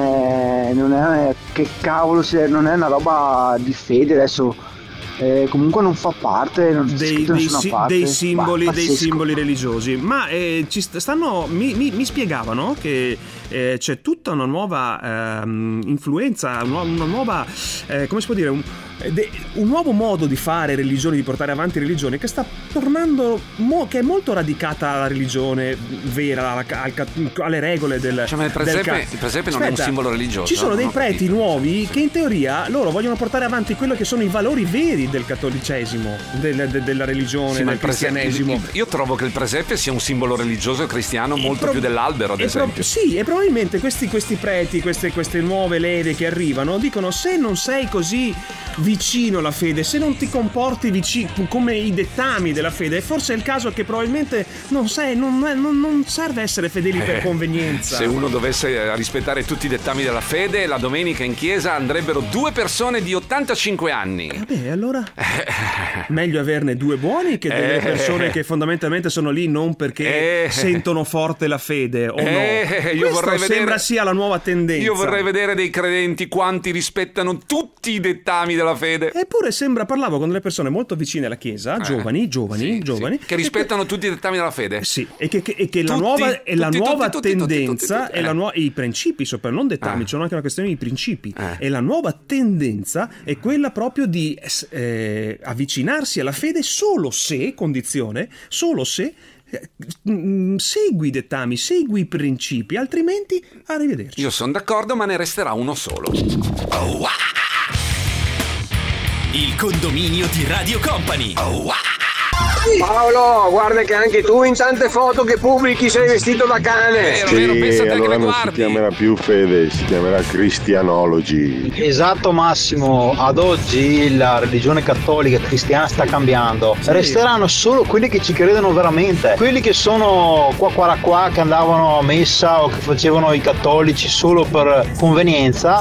è, non è, che cavolo, se non è una roba di fede adesso. Eh, comunque non fa parte, non c'è Dei, scritto da dei, nessuna si- parte. dei simboli, Bah, dei pazzesco. simboli religiosi. Ma eh, ci st- stanno. Mi, mi- mi spiegavano che eh, c'è tutta una nuova ehm, influenza, una, una nuova. Eh, come si può dire? Un, de- un nuovo modo di fare religione, di portare avanti religione, che sta tornando. Mo- che è molto radicata alla religione vera, alla ca- al ca- alle regole del. Cioè, ma il del presepe, ca- il presepe non è un Aspetta, simbolo religioso. Ci sono dei Non ho preti capito. nuovi che in teoria loro vogliono portare avanti quello che sono i valori veri del cattolicesimo, del- de- della religione, Sì, ma del il presepe- cristianesimo. il- io trovo che il presepe sia un simbolo religioso e cristiano molto pro- più dell'albero, ad e pro- esempio. sì, e probabilmente questi, questi preti, queste, queste nuove leve che arrivano, dicono: se non sei così vicino alla fede, se non ti comporti vicino come i dettami della fede, forse è il caso che probabilmente non sei, non, non- non serve essere fedeli per Eh, convenienza. Se uno dovesse rispettare tutti i dettami della fede, la domenica in chiesa andrebbero due persone di ottantacinque anni. Beh, allora meglio averne due buoni che delle Eh. persone che fondamentalmente sono lì non perché Eh. sentono forte la fede o Eh, no. io Questo vorrei sembra vedere- sia la nuova tendenza. Io vorrei vedere dei credenti quanti rispettano tutti i dettami della fede. Eppure sembra, parlavo con delle persone molto vicine alla Chiesa, Eh, giovani, giovani, sì, giovani. sì, che rispettano tutti i dettami della fede. Sì, e che, che, e che la Tutti, nuova, e la tutti, nuova tutti, tutti, tutti, tendenza tutti, tutti, e la eh. nuova, i principi, sopra, non dettami, Eh. c'è anche una questione di principi. Eh. E la nuova tendenza è quella proprio di eh, avvicinarsi alla fede solo se, condizione, solo se eh, mm, segui i dettami, segui i principi, altrimenti arrivederci. Io sono d'accordo, ma ne resterà uno solo. Il condominio di Radio Company. Paolo, guarda che anche tu in tante foto che pubblichi sei vestito da cane. Sì, allora non si chiamerà più fede, si chiamerà Christianology. Esatto Massimo, ad oggi la religione cattolica cristiana sta cambiando. Sì. Resteranno solo quelli che ci credono veramente. Quelli che sono qua qua qua che andavano a messa o che facevano i cattolici solo per convenienza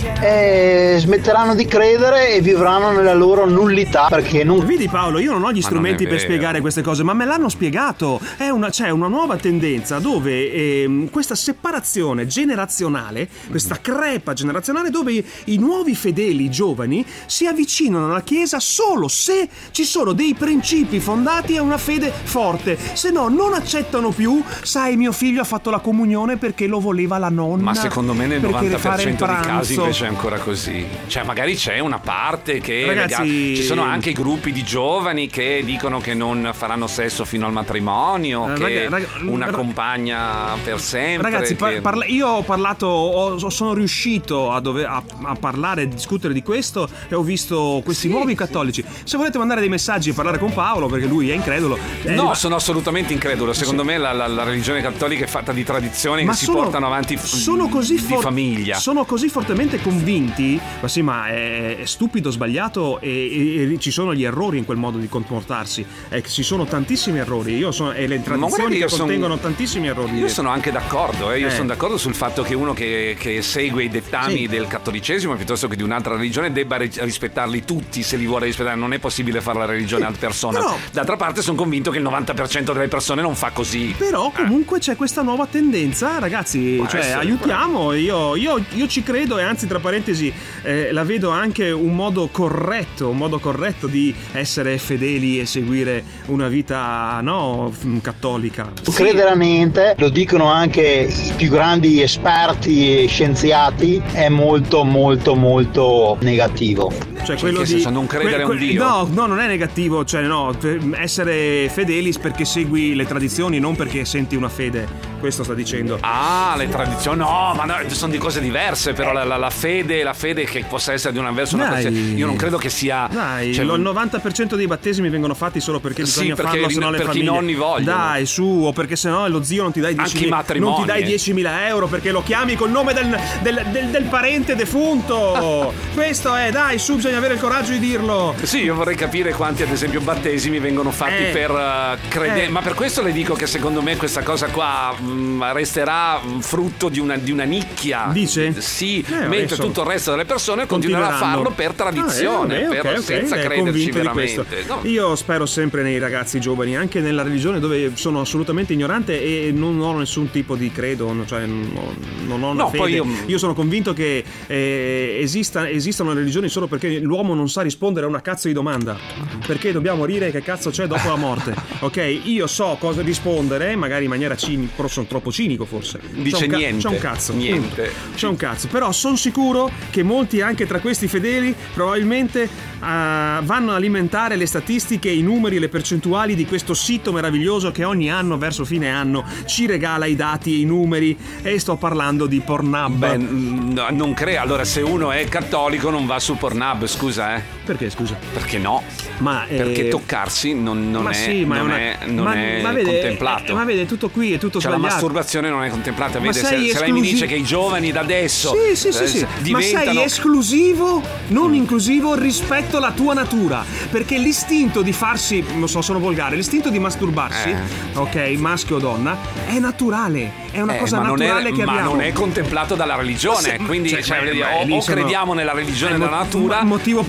e smetteranno di credere e vivranno nella loro nullità perché non... Vedi Paolo, io non ho gli Ma strumenti non è per vero. spiegare queste cose, ma me l'hanno spiegato. È una, c'è una nuova tendenza dove ehm, questa separazione generazionale, questa crepa generazionale dove i, i nuovi fedeli, i giovani, si avvicinano alla Chiesa solo se ci sono dei principi fondati a una fede forte, se no non accettano più. Sai, mio figlio ha fatto la comunione perché lo voleva la nonna. Ma secondo me nel perché novanta deve per fare il cento dei casi pranzo. invece è ancora così. Cioè magari c'è una parte che Ragazzi- lega- ci sono anche i gruppi di giovani che dicono che non faranno sesso fino al matrimonio, Eh, che raga- raga- una ra- compagna per sempre. Ragazzi, par- che- parla- io ho parlato, ho- sono riuscito a, dove- a, a parlare, a discutere di questo e ho visto questi nuovi cattolici. Se volete mandare dei messaggi e parlare con Paolo, perché lui è incredulo. eh, No, ma- sono assolutamente incredulo. Secondo me la, la- la religione cattolica è fatta di tradizioni ma che si sono- portano avanti f- sono così di for- famiglia. Sono così fortemente convinti, ma sì, ma è, è stupido, sbagliato e, e- e ci sono gli errori in quel modo di comportarsi. Eh, ci sono tantissimi errori. Io sono, e le Ma guarda tradizioni che che io son- contengono tantissimi errori. Io sono anche d'accordo, eh. io Eh. sono d'accordo sul fatto che uno che, che segue i dettami Sì. del cattolicesimo piuttosto che di un'altra religione debba ri- rispettarli tutti se li vuole rispettare. Non è possibile fare la religione ad persona. Però- D'altra parte sono convinto che il novanta per cento delle persone non fa così. Però comunque c'è questa nuova tendenza, ragazzi, Può cioè essere, aiutiamo, io, io, io ci credo e anzi tra parentesi eh, la vedo anche un modo corretto, un modo corretto di essere fedeli e seguire una vita no f- cattolica. Non credere a niente, lo dicono anche i più grandi esperti e scienziati, è molto molto molto negativo. Cioè in quello che di senso, non credere a un Dio? No, no, non è negativo, cioè no, per essere fedeli perché segui le tradizioni, non perché senti una fede. Questo sta dicendo. Ah, le tradizioni. No, ma no, sono di cose diverse. Però la, la- la fede, la fede che possa essere di una verso una Dai. cosa. Io non credo che sia. Dai, cioè, lo- il novanta per cento dei battesimi vengono fatti solo perché Sì, bisogna perché farlo, i- se no le perché i famiglie. nonni vogliono. Dai, su, o perché se no lo zio non ti dai Anche i diecimila matrimoni, non ti dai eh. diecimila euro perché lo chiami col nome del, del, del, del parente defunto. Questo è, dai, su, bisogna avere il coraggio di dirlo. Sì, io vorrei capire quanti, ad esempio, battesimi vengono fatti Eh. per uh, credere. Eh. Ma per questo le dico che secondo me questa cosa qua mh, resterà mh, frutto di una, di una nicchia. Dice? Sì, Eh, mentre adesso tutto il resto delle persone continuerà a continueranno. farlo per tradizione, Ah, eh, vabbè, per- ok, ok, senza è crederci convinto di veramente. questo. No. Io spero sempre nei ragazzi giovani, anche nella religione dove sono assolutamente ignorante e non ho nessun tipo di credo, no, cioè non ho, non ho una No, fede. poi Io... io- sono convinto che eh, esista, esistano le religioni solo perché l'uomo non sa rispondere a una cazzo di domanda. Perché dobbiamo morire? Che cazzo c'è dopo la morte? Ok, io so cosa rispondere, magari in maniera cinica, però sono troppo cinico forse. Dice C'è un ca- niente. C'è un cazzo. Niente. C'è un cazzo. Però sono sicuro che molti anche tra questi fedeli probabilmente uh, vanno a alimentare le statistiche, i numeri, le percentuali di questo sito meraviglioso che ogni anno verso fine anno ci regala i dati e i numeri, e sto parlando di Pornhub. Beh, n- non credo. Allora, se uno è cattolico non va su Pornhub, scusa, eh. Perché, scusa? Perché no? Ma eh, Perché toccarsi non, non ma è, sì, ma non è, una, è, non ma, è ma vede, contemplato. Ma vede, tutto qui è tutto Cioè la sbagliato. masturbazione non è contemplata. Ma Vede, se, sei se lei mi esclusi- dice che i giovani da adesso Sì, sì, sì, eh, sì. diventano. Ma sei esclusivo, non inclusivo rispetto alla tua natura. Perché l'istinto di farsi, non so, sono volgare, l'istinto di masturbarsi, Eh. ok, maschio o donna, è naturale. È una Eh, cosa ma non naturale è, che ma abbiamo. non è contemplato dalla religione. Ma se- quindi cioè, cioè, ma- vedi, ma o, lì o sono- crediamo nella religione è della mo- natura, mo- motivo per cui o io non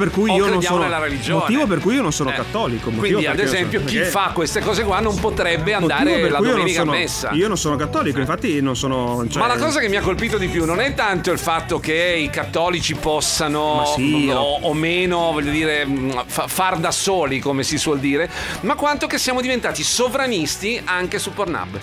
non crediamo sono, nella religione. motivo per cui io non sono Eh. cattolico. motivo Quindi, ad perché io esempio, sono- chi perché- fa queste cose qua non potrebbe motivo andare per la cui io non domenica sono- a messa. Io non sono cattolico, infatti non sono. Cioè, Ma la cosa che mi ha colpito di più non è tanto il fatto che i cattolici possano Ma sì, o, no. o meno, voglio dire, mh, fa- far da soli, come si suol dire, ma quanto che siamo diventati sovranisti anche su Pornhub.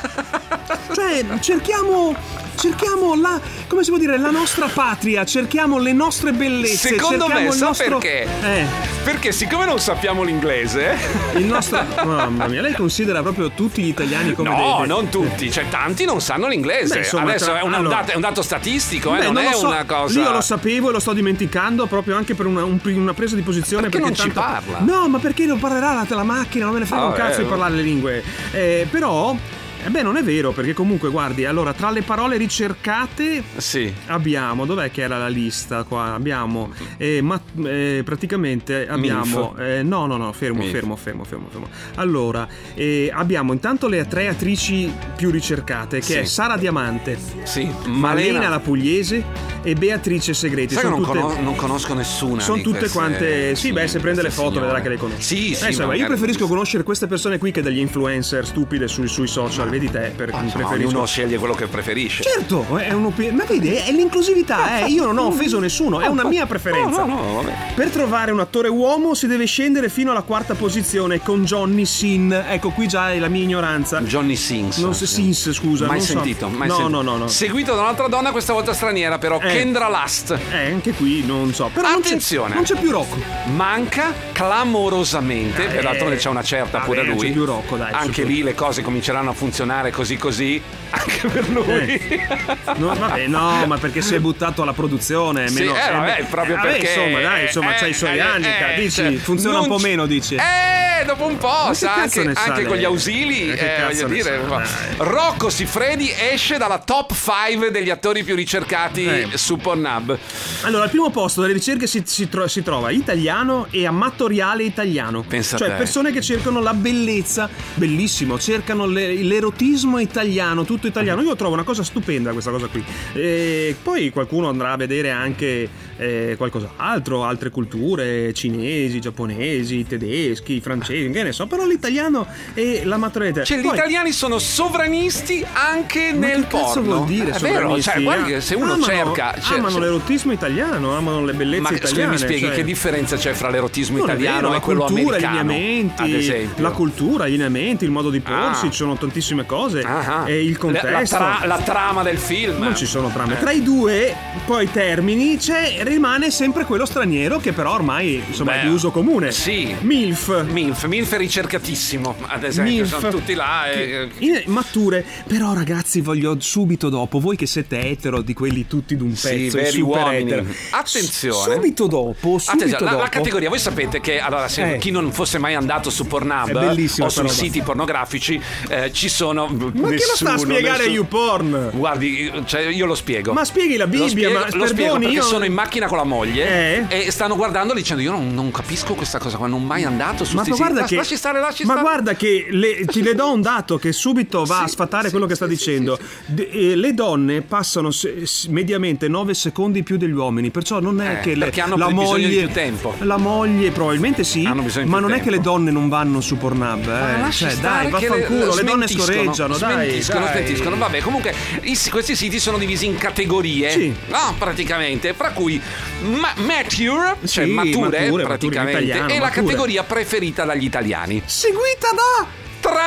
Cioè, cerchiamo. Cerchiamo la. Come si può dire? La nostra patria, cerchiamo le nostre bellezze. Secondo cerchiamo me, il sa nostro... perché? Eh. Perché siccome non sappiamo l'inglese, Il nostro. Mamma mia, lei considera proprio tutti gli italiani come no, dei. non tutti, cioè tanti non sanno l'inglese. Beh, insomma, Adesso tra- è, un, allora- dato, è un dato statistico, eh, Beh, non, non è lo so. una cosa. Io lo sapevo e lo sto dimenticando proprio anche per una, un- una presa di posizione. Perché Perché, non ci tanto... parla? No, ma perché lo parlerà la, la macchina? Non me ne frega Ah, un cazzo eh, di parlare le lingue. Eh, però. Eh beh, non è vero, perché comunque, guardi, allora, tra le parole ricercate Sì. abbiamo, dov'è che era la lista qua? Abbiamo, eh, ma, eh, praticamente abbiamo, eh, no, no, no, fermo, Milf. fermo, fermo, fermo, fermo. Allora, eh, abbiamo intanto le tre attrici più ricercate, che Sì. è Sara Diamante, Sì, Malena Malena la Pugliese e Beatrice Segreti. Sai che Sono non, tutte- conos- non conosco nessuna. sono di tutte queste- quante. Sì, beh, se prende le queste foto signore. vedrà che le conosce. Sì, sì. Eh, insomma, io magari- preferisco conoscere queste persone qui che degli influencer stupide sui, sui social, vedi te, per, Ah, insomma, preferisco. ognuno sceglie quello che preferisce. Certo, è un'opinione. Ma vedi, è l'inclusività, eh. Io non ho offeso nessuno, è una mia preferenza. No, no, no, vabbè. Per trovare un attore uomo si deve scendere fino alla quarta posizione con Johnny Sin. Ecco, qui già è la mia ignoranza. Johnny Sins. Non so, Sins, scusa. Mai non so. sentito, mai no, sentito. no, no, no. Seguito da un'altra donna, questa volta straniera, però, Eh. Kendra Last. Eh, anche qui non so. Però non c'è- Attenzione. non c'è più Rocco. Manca clamorosamente, Eh, peraltro ne c'è una certa vabbè, pure non lui. c'è più Rocco, dai, Anche su- lì le cose cominceranno a funzionare così così anche per lui. Eh. No, vabbè, no, ma perché si è buttato alla produzione. Sì, meno, eh, vabbè, eh, proprio vabbè, perché insomma, dai, insomma, eh, c'hai i suoi eh, anni, eh, ca- dici, cioè, funziona un non po' ci- meno, dici. Eh, dopo un po', Ma che sa, cazzo anche, ne sa anche con lei? gli ausili, Ma che eh, cazzo voglio ne dire, sa, va. dai. Rocco Siffredi esce dalla top cinque degli attori più ricercati Eh. su Pornhub. Allora, al primo posto delle ricerche si, si, tro- si trova italiano e amatoriale italiano. Pensa a cioè, te. persone che cercano la bellezza, bellissimo, cercano le- l'erotismo italiano, tutto italiano. Io trovo una cosa stupenda questa cosa qui. E poi qualcuno andrà a vedere anche eh, qualcos'altro, altre culture, cinesi, giapponesi, tedeschi, francesi, che ne so, però l'italiano e l'amatoriale. Cioè, Poi- gli italiani sono sovranisti anche Ma nel che cazzo porno. vuol dire È vero, sovranisti? cioè, guardi che se uno Amano- cerca. Cioè, amano cioè- l'erotismo italiano, amano le bellezze ma scusi, italiane. mi spieghi cioè- che differenza c'è fra l'erotismo Non è italiano vero, e la quello cultura, americano? gli lineamenti, ad esempio. la cultura, gli lineamenti, il modo di porsi, Ah. ci sono tantissime cose. Ah, ah. E il La- contesto. La, tra- la trama del film. Non ci sono trame. Eh. Tra i due, poi termini, c'è, rimane sempre quello straniero che però ormai insomma Beh, è di uso comune. Sì. MILF. MILF, MILF è ricercatissimo, ad esempio, MILF. sono tutti là e... In- mature. Però ragazzi, voglio subito dopo, voi che siete etero di quelli tutti d'un pezzo, Sì, i veri super uomini. etero. Attenzione. Subito dopo, subito Attenzione, la, dopo. la categoria, voi sapete che allora se Eh. chi non fosse mai andato su Pornhub È bellissima o sta sui roba. siti pornografici eh, ci sono Ma che lo sta a spiegare nessuno- YouPorn? Guardi, cioè, io lo spiego. Ma spieghi la Lo Bibbia, spiego, ma lo spiego perdoni, perché io- sono in macchina con la moglie Eh? e stanno guardando dicendo io non, non capisco questa cosa qua, non mai andato su Ma sti guarda siti. che, Lasci stare, lasci ma stare. guarda che le- ti le do un dato che subito va Sì, a sfatare sì, quello che sì, sta sì, dicendo. De- eh, le donne passano se- s- mediamente nove secondi più degli uomini, perciò non è Eh, che le- perché hanno la più bisogno moglie di più tempo. La moglie probabilmente sì, Hanno bisogno di ma più non è che le tempo. donne non vanno su Pornhub, Ma eh. lasci Cioè, stare dai, che vaffanculo, le, donne smentiscono, scorreggiano, dai, smentiscono, dai. smentiscono. Vabbè, comunque i- questi siti sono divisi in categorie. Sì. No, praticamente, fra cui ma- mature, cioè Sì, mature, mature, mature in praticamente, italiano, e la mature. categoria preferita dagli italiani. Seguita da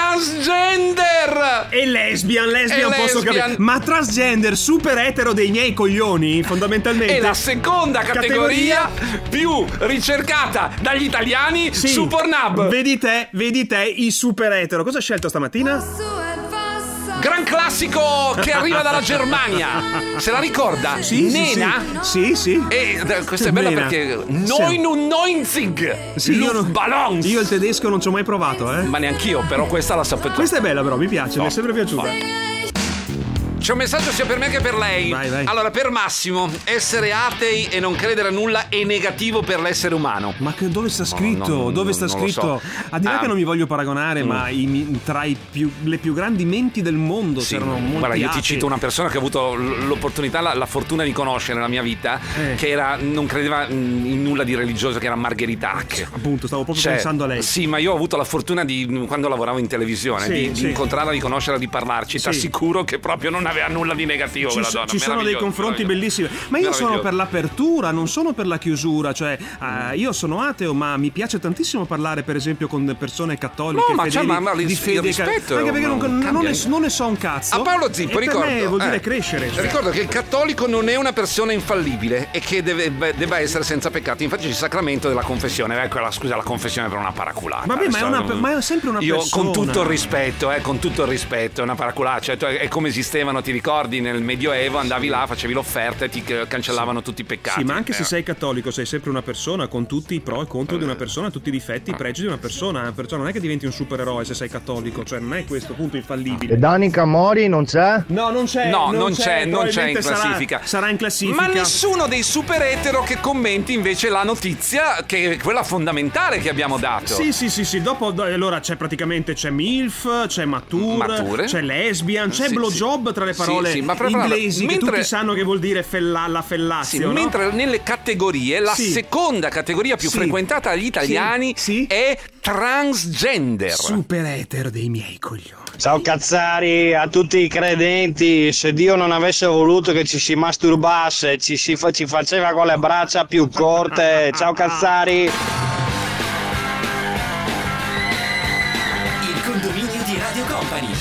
Transgender! E lesbian, lesbian E posso lesbian. capire. Ma transgender super etero dei miei coglioni, fondamentalmente. È la seconda categoria, più ricercata dagli italiani Sì. su Pornhub. Vedi te, vedi te, i super etero. Cosa hai scelto stamattina? Gran classico che arriva dalla Germania. Se la ricorda? Sì, sì, Nena? Sì, sì. E eh, questa è bella Nena. perché Sì. neunundneunzig Sì, io, non- Luftballons. io il tedesco non ci ho mai provato, eh. Ma neanch'io, però questa la sapevo. Questa è bella però, mi piace, mi è No. sempre piaciuta. c'è un messaggio sia per me che per lei. Vai, vai. Allora, per Massimo, essere atei e non credere a nulla è negativo per l'essere umano. Ma che, dove sta scritto? No, no, dove no, sta non lo scritto? so. Al di là Ah. che non mi voglio paragonare, Mm. ma i- tra i più, le più grandi menti del mondo Sì, c'erano molti guarda, io ti atei. cito una persona che ho avuto l- l'opportunità, la, la fortuna di conoscere nella mia vita, Eh. che era, non credeva mm, in nulla di religioso, che era Margherita Hack. Appunto, stavo proprio Cioè, pensando a lei. Sì, ma io ho avuto la fortuna di, quando lavoravo in televisione, Sì, di, sì. di incontrarla, di conoscerla, di parlarci. Ti Sì. assicuro che proprio non aveva nulla di negativo Ci, quella so- donna. ci sono dei Meraviglioso, confronti meraviglioso. bellissimi, ma io sono Meraviglioso. per l'apertura, non sono per la chiusura. Cioè, eh, io sono ateo, ma mi piace tantissimo parlare, per esempio, con persone cattoliche. No, ma fedeli, c'è- ma- ma di il fede, rispetto anche perché non, non non cambia. ne, non ne so un cazzo. A Paolo Zippo, e per ricordo. me vuol dire eh, crescere. Cioè. Ricordo che il cattolico non è una persona infallibile e che deve, beh, debba essere senza peccati. Infatti c'è il sacramento della confessione. Ecco, la, scusa, la confessione per una paraculata. Vabbè, ma è, una, Adesso, ma è sempre una Io persona. con tutto il rispetto, eh, con tutto il rispetto, è una paraculata. Cioè, tu- è come esistevano, ti ricordi, nel Medioevo, andavi là, facevi l'offerta e ti eh, cancellavano tutti i peccati. Sì, ma anche se Eh. sei cattolico sei sempre una persona con tutti i pro e contro di una persona, tutti i difetti, i pregi di una persona. Perciò non è che diventi un supereroe se sei cattolico, cioè non è questo punto infallibile. E Danica Mori non c'è? No, non c'è. No, non c'è, non c'è in probabilmente sarà- classifica. Sarà in classifica. Ma nessuno dei super etero che commenti invece la notizia, che è quella fondamentale che abbiamo dato. Sì, sì, sì, sì. Dopo, do- allora c'è praticamente c'è MILF, c'è Mature, Mature. c'è Lesbian, c'è Sì, blowjob sì. tra le Sì, parole sì, ma però- inglesi che mentre- tutti sanno che vuol dire fella, la Sì, fellazio, no? mentre nelle categorie, la Sì. seconda categoria più Sì. frequentata dagli italiani è transgender. Super etero dei miei coglioni. Ciao Cazzari, a tutti i credenti, se Dio non avesse voluto che ci si masturbasse, ci, si fa- ci faceva con le braccia più corte. Ciao Cazzari. Il condominio di Radio Company.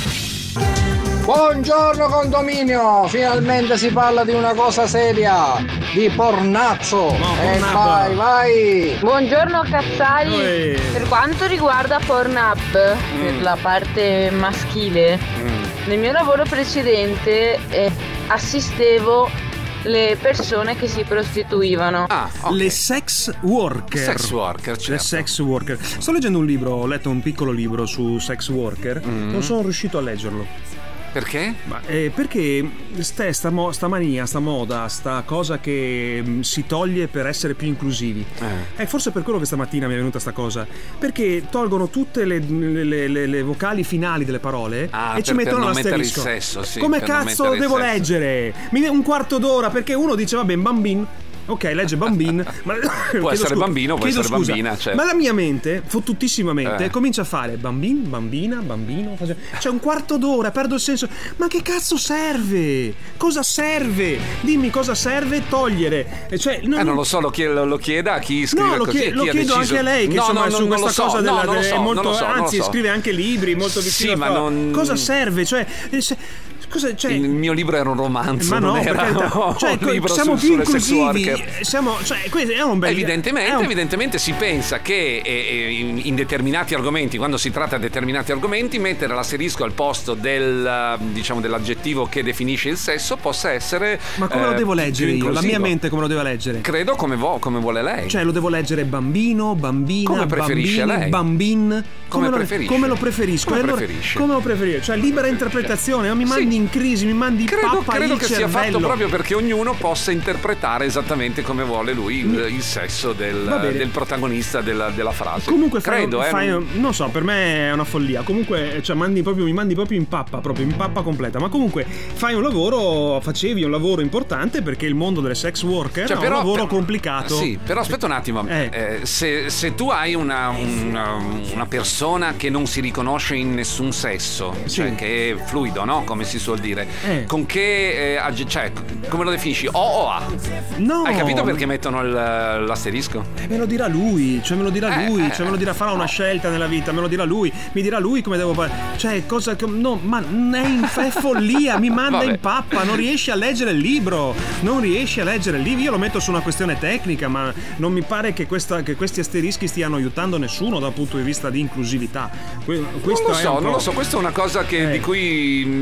Buongiorno condominio, finalmente si parla di una cosa seria, di pornazzo. E vai, vai. Buongiorno Cazzari, Oi. per quanto riguarda Pornhub, per la parte maschile, nel mio lavoro precedente eh, assistevo le persone che si prostituivano. Le sex worker. Sex worker, certo. Le sex worker. Sto leggendo un libro, ho letto un piccolo libro su sex worker, Mm. non sono riuscito a leggerlo. Perché? Ma, eh, perché ste, sta, mo- sta mania, sta moda, sta cosa che mh, si toglie per essere più inclusivi. Eh. È forse per quello che stamattina mi è venuta sta cosa. Perché tolgono tutte le, le- le- le vocali finali delle parole Ah, e ci per- per mettono non mettere il l'asterisco. sesso, sì, Come per non cazzo mettere il devo sesso. leggere? Mi- Un quarto d'ora perché uno dice vabbè, bambin. Ok, legge bambin. Ma chiedo essere scusa, bambino, può chiedo essere scusa. bambina, certo. Ma la mia mente, fottutissimamente, Eh. comincia a fare bambin, bambina, bambino. face- C'è un quarto d'ora, perdo il senso. Ma che cazzo serve? Cosa serve? Dimmi cosa serve togliere. E Cioè, Eh, non lo so, lo chiedo, lo chieda a chi scrive No, lo, così. chie- chi lo ha chiedo deciso- anche a lei che No, insomma no, su non questa lo so, cosa no, della, non lo è so, molto, non lo so, non lo anzi so. scrive anche libri molto vicino Sì, a ma fa- non- cosa serve? Cioè, eh, se- cosa, cioè Il mio libro era un romanzo, ma no, non era per carità. un Cioè, co- libro siamo su- più sulle sex inclusivi. worker. Siamo, cioè, questo è un bel Evidentemente, è un- evidentemente si pensa che eh, eh, in, in determinati argomenti, quando si tratta di determinati argomenti, mettere l'asterisco al posto del eh, diciamo dell'aggettivo che definisce il sesso possa essere. Ma come lo eh, devo leggere più io? La mia inclusivo. mente come lo deve leggere? Credo come, vo- come vuole lei. Cioè lo devo leggere bambino, bambina, Come preferisce bambini, lei? bambin. Come lo, preferisce? come lo preferisco? Come E allora, preferisce? come lo preferisco? Cioè libera interpretazione, o mi mandi in crisi, mi mandi Credo, pappa credo il che sia cervello. fatto proprio perché ognuno possa interpretare esattamente come vuole lui il, il sesso del, Va bene. del protagonista della, della frase. Comunque fai, credo, eh, fai- non- non so, per me è una follia. Comunque, cioè, mandi proprio, mi mandi proprio in pappa, proprio in pappa completa. Ma comunque fai un lavoro, facevi un lavoro importante perché il mondo delle sex worker Cioè, è però- un lavoro per- complicato. Sì, però aspetta un attimo. Eh, se, se tu hai una, una, una persona che non si riconosce in nessun sesso, cioè che è fluido, no? Come si suol dire, Eh. con che eh, agge- cioè, come lo definisci? O o A? No. Hai capito perché mettono il- l'asterisco? Eh, me lo dirà lui, cioè me lo dirà Eh, lui, eh, cioè me lo dirà, farà una scelta nella vita, me lo dirà lui, mi dirà lui come devo fare. Cioè, cosa che. No, ma è, in, è follia, mi manda Vabbè. in pappa, non riesci a leggere il libro, non riesci a leggere il libro. Io lo metto su una questione tecnica, ma non mi pare che, questa, che questi asterischi stiano aiutando nessuno dal punto di vista di inclusività. Que- Non questo lo è so, un non po'- lo so, questa è una cosa che, di cui non, non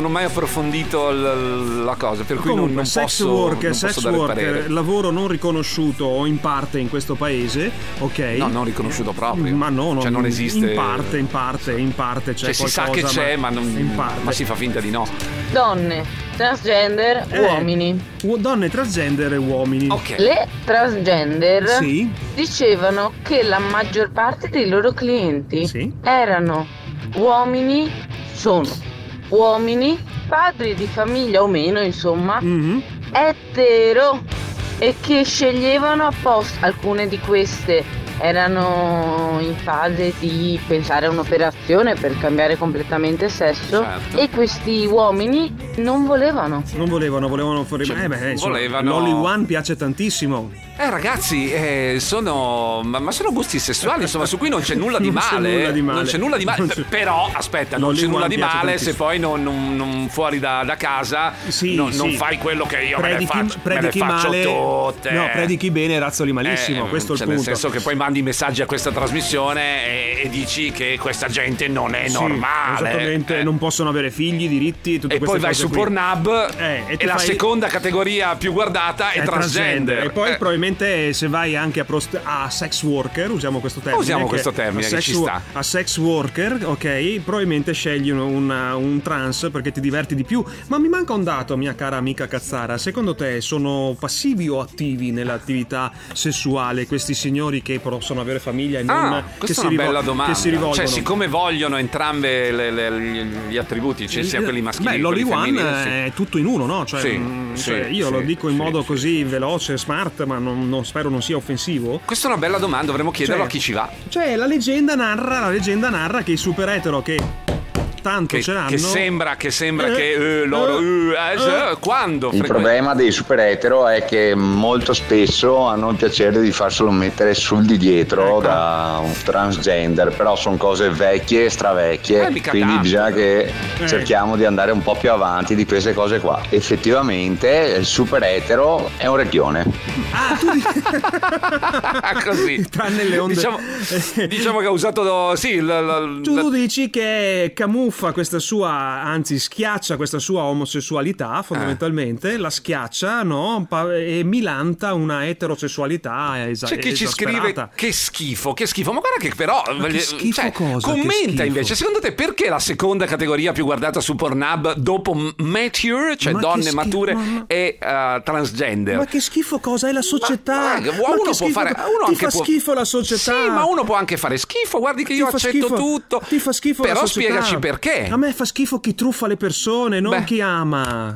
non ho mai approfondito l- la cosa, per cui Comunque, non, non sex posso, worker, non sex posso dare worker, parere. lavoro non riconosciuto o in parte in questo paese, ok? No, non riconosciuto proprio. Ma no, no, cioè non esiste. In parte, in parte, in parte c'è cioè si sa qualcosa, che c'è, ma, non, in parte. ma si fa finta di no. Donne, transgender, Eh, uomini. u- Donne transgender e uomini. Ok. Le transgender Sì. dicevano che la maggior parte dei loro clienti Sì. erano uomini, sono uomini, padri di famiglia o meno, insomma, Mhm. etero, e che sceglievano apposta. Alcune di queste erano in fase di pensare a un'operazione per cambiare completamente sesso, Certo. e questi uomini non volevano. Non volevano, volevano fuori. Cioè, eh beh, insomma, volevano- L'Holly One piace tantissimo. Eh ragazzi, eh, sono ma, ma sono gusti sessuali, insomma, su cui non c'è nulla di Non c'è male. nulla di male. Non c'è nulla di male. Non c'è- Però aspetta, non L'Holly c'è nulla One di piace male tantissimo. se poi non, non- non fuori da, da casa Sì, non, non sì. fai quello che io me le Predichi, faccio, me le predichi faccio male. tutte. No, predichi bene e razzoli malissimo. Eh, questo è il cioè, punto. nel senso che poi mandi messaggi a questa trasmissione e, e dici che questa gente non è Sì, normale. Esattamente, Eh. non possono avere figli, diritti, tutte E queste poi vai cose su qui. Pornhub Eh, e e, tu la fai- seconda categoria più guardata è, È transgender. E poi Eh. probabilmente se vai anche a, prost- a sex worker, usiamo questo termine. Usiamo che- questo termine a che sex ci wo- sta. A sex worker, ok, probabilmente scegli un, una- un trans perché ti diverti di più. Ma mi manca un dato, mia cara amica Cazzara. Secondo te sono passivi o attivi nell'attività sessuale questi signori che possono avere famiglia e non Ah, che questa si è una rivol- bella domanda. che si rivolgono? Cioè, siccome vogliono entrambe le- le- gli, gli attributi, cioè sia quelli maschili Beh, che l'Holly quelli One femminili, sì. è tutto in uno, no? Cioè, Sì, mm, sì, cioè, io sì, lo dico in sì, modo sì. così veloce, smart, ma non, non- spero non sia offensivo. Questa è una bella domanda, dovremmo chiederlo Cioè, a chi ci va. Cioè, la leggenda narra, la leggenda narra che i super etero che tanto Che, ce l'hanno. che sembra, che, sembra Eh, che eh, loro eh, eh, eh, quando Il problema dei super etero è che molto spesso hanno il piacere di farselo mettere sul di dietro Ecco. da un transgender, però sono cose vecchie, stravecchie, Eh, mica quindi tanto. bisogna che Eh. cerchiamo di andare un po' più avanti di queste cose qua. Effettivamente il super etero è un recchione. così. Tranne le onde. Diciamo, diciamo che ha usato sì, la, la- Tu la- dici che camuffa questa sua, anzi schiaccia questa sua omosessualità fondamentalmente, la schiaccia, no? Pa- e milanta una eterosessualità esa- c'è chi ci scrive esasperata. che schifo, che schifo, ma guarda che però Ma che schifo cioè, cosa? Che commenta schifo? invece, secondo te perché la seconda categoria più guardata su Pornhub dopo m- mature, cioè Ma che donne schifo, mature ma- e uh, transgender? Ma che schifo cosa è la società? Ma- ma Ma uno che può schifo- fare uno ti anche fa può- schifo la società. Sì, ma uno può anche fare schifo, guardi che Ti io fa accetto schifo- tutto. Ti fa schifo Però la società. spiegaci perché. A me fa schifo chi truffa le persone, non Beh. chi ama.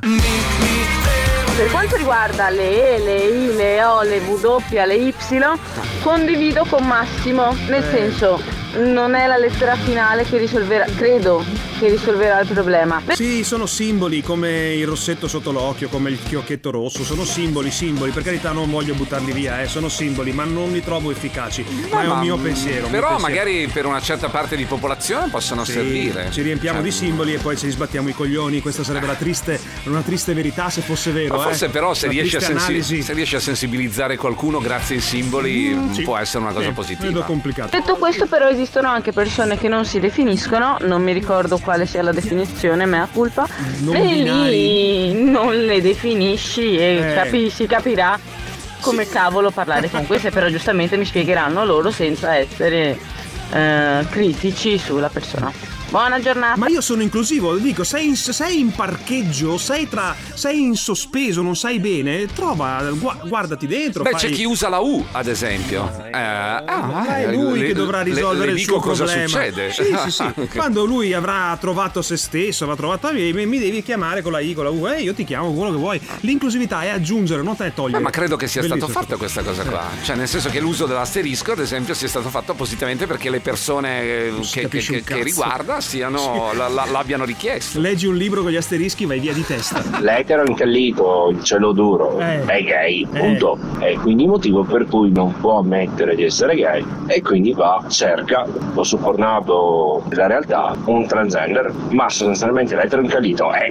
Per quanto riguarda le E, le I, le O, le W, le Y, condivido con Massimo, nel Eh. senso non è la lettera finale che risolverà, credo, che risolverà il problema. Sì, sono simboli come il rossetto sotto l'occhio, come il chiocchetto rosso, sono simboli, simboli, per carità non voglio buttarli via, eh, sono simboli, ma non li trovo efficaci, ma è un mio pensiero. un mio Però pensiero. magari per una certa parte di popolazione possono Sì, servire. ci riempiamo Cioè, di simboli e poi ci sbattiamo i coglioni, questa sarebbe la triste, una triste verità se fosse vero. Ma forse eh. però se Una riesci, a triste sensi- analisi. se riesci a sensibilizzare qualcuno grazie ai simboli Mm, sì. può essere una cosa Sì, positiva. vedo complicato. Detto questo, però, esistono anche persone che non si definiscono, non mi ricordo quale sia la definizione, mea culpa, Non e binari. lì non le definisci e Eh. capi- si capirà come cavolo parlare con queste, però giustamente mi spiegheranno loro senza essere eh, critici sulla persona. Buona giornata. Ma io sono inclusivo, lo dico, sei in, sei in parcheggio, sei, tra, sei in sospeso, non sai bene, trova, gua- guardati dentro. Beh, fai... c'è chi usa la U, ad esempio. Eh, ah, Ma è eh, lui le- che dovrà le- risolvere le il dico suo cosa problema. succede. Sì, sì, sì. Quando lui avrà trovato se stesso, avrà trovato me, mi devi chiamare con la I, con la U, e io ti chiamo quello che vuoi. L'inclusività è aggiungere, non te togliere. Eh, ma credo che sia Bellissimo. stato fatto questa cosa qua. Cioè, nel senso che l'uso dell'asterisco, ad esempio, sia stato fatto appositamente perché le persone eh, Non si che, che, capisce un che- che cazzo. riguarda siano, la- la- l'abbiano richiesto. Leggi un libro con gli asterischi, vai via di testa. L'etero incallito, il cielo duro, Eh. è gay, punto. E quindi motivo per cui non può ammettere di essere gay e quindi va, cerca, lo suppornato della realtà, un transgender, ma sostanzialmente l'etero incallito è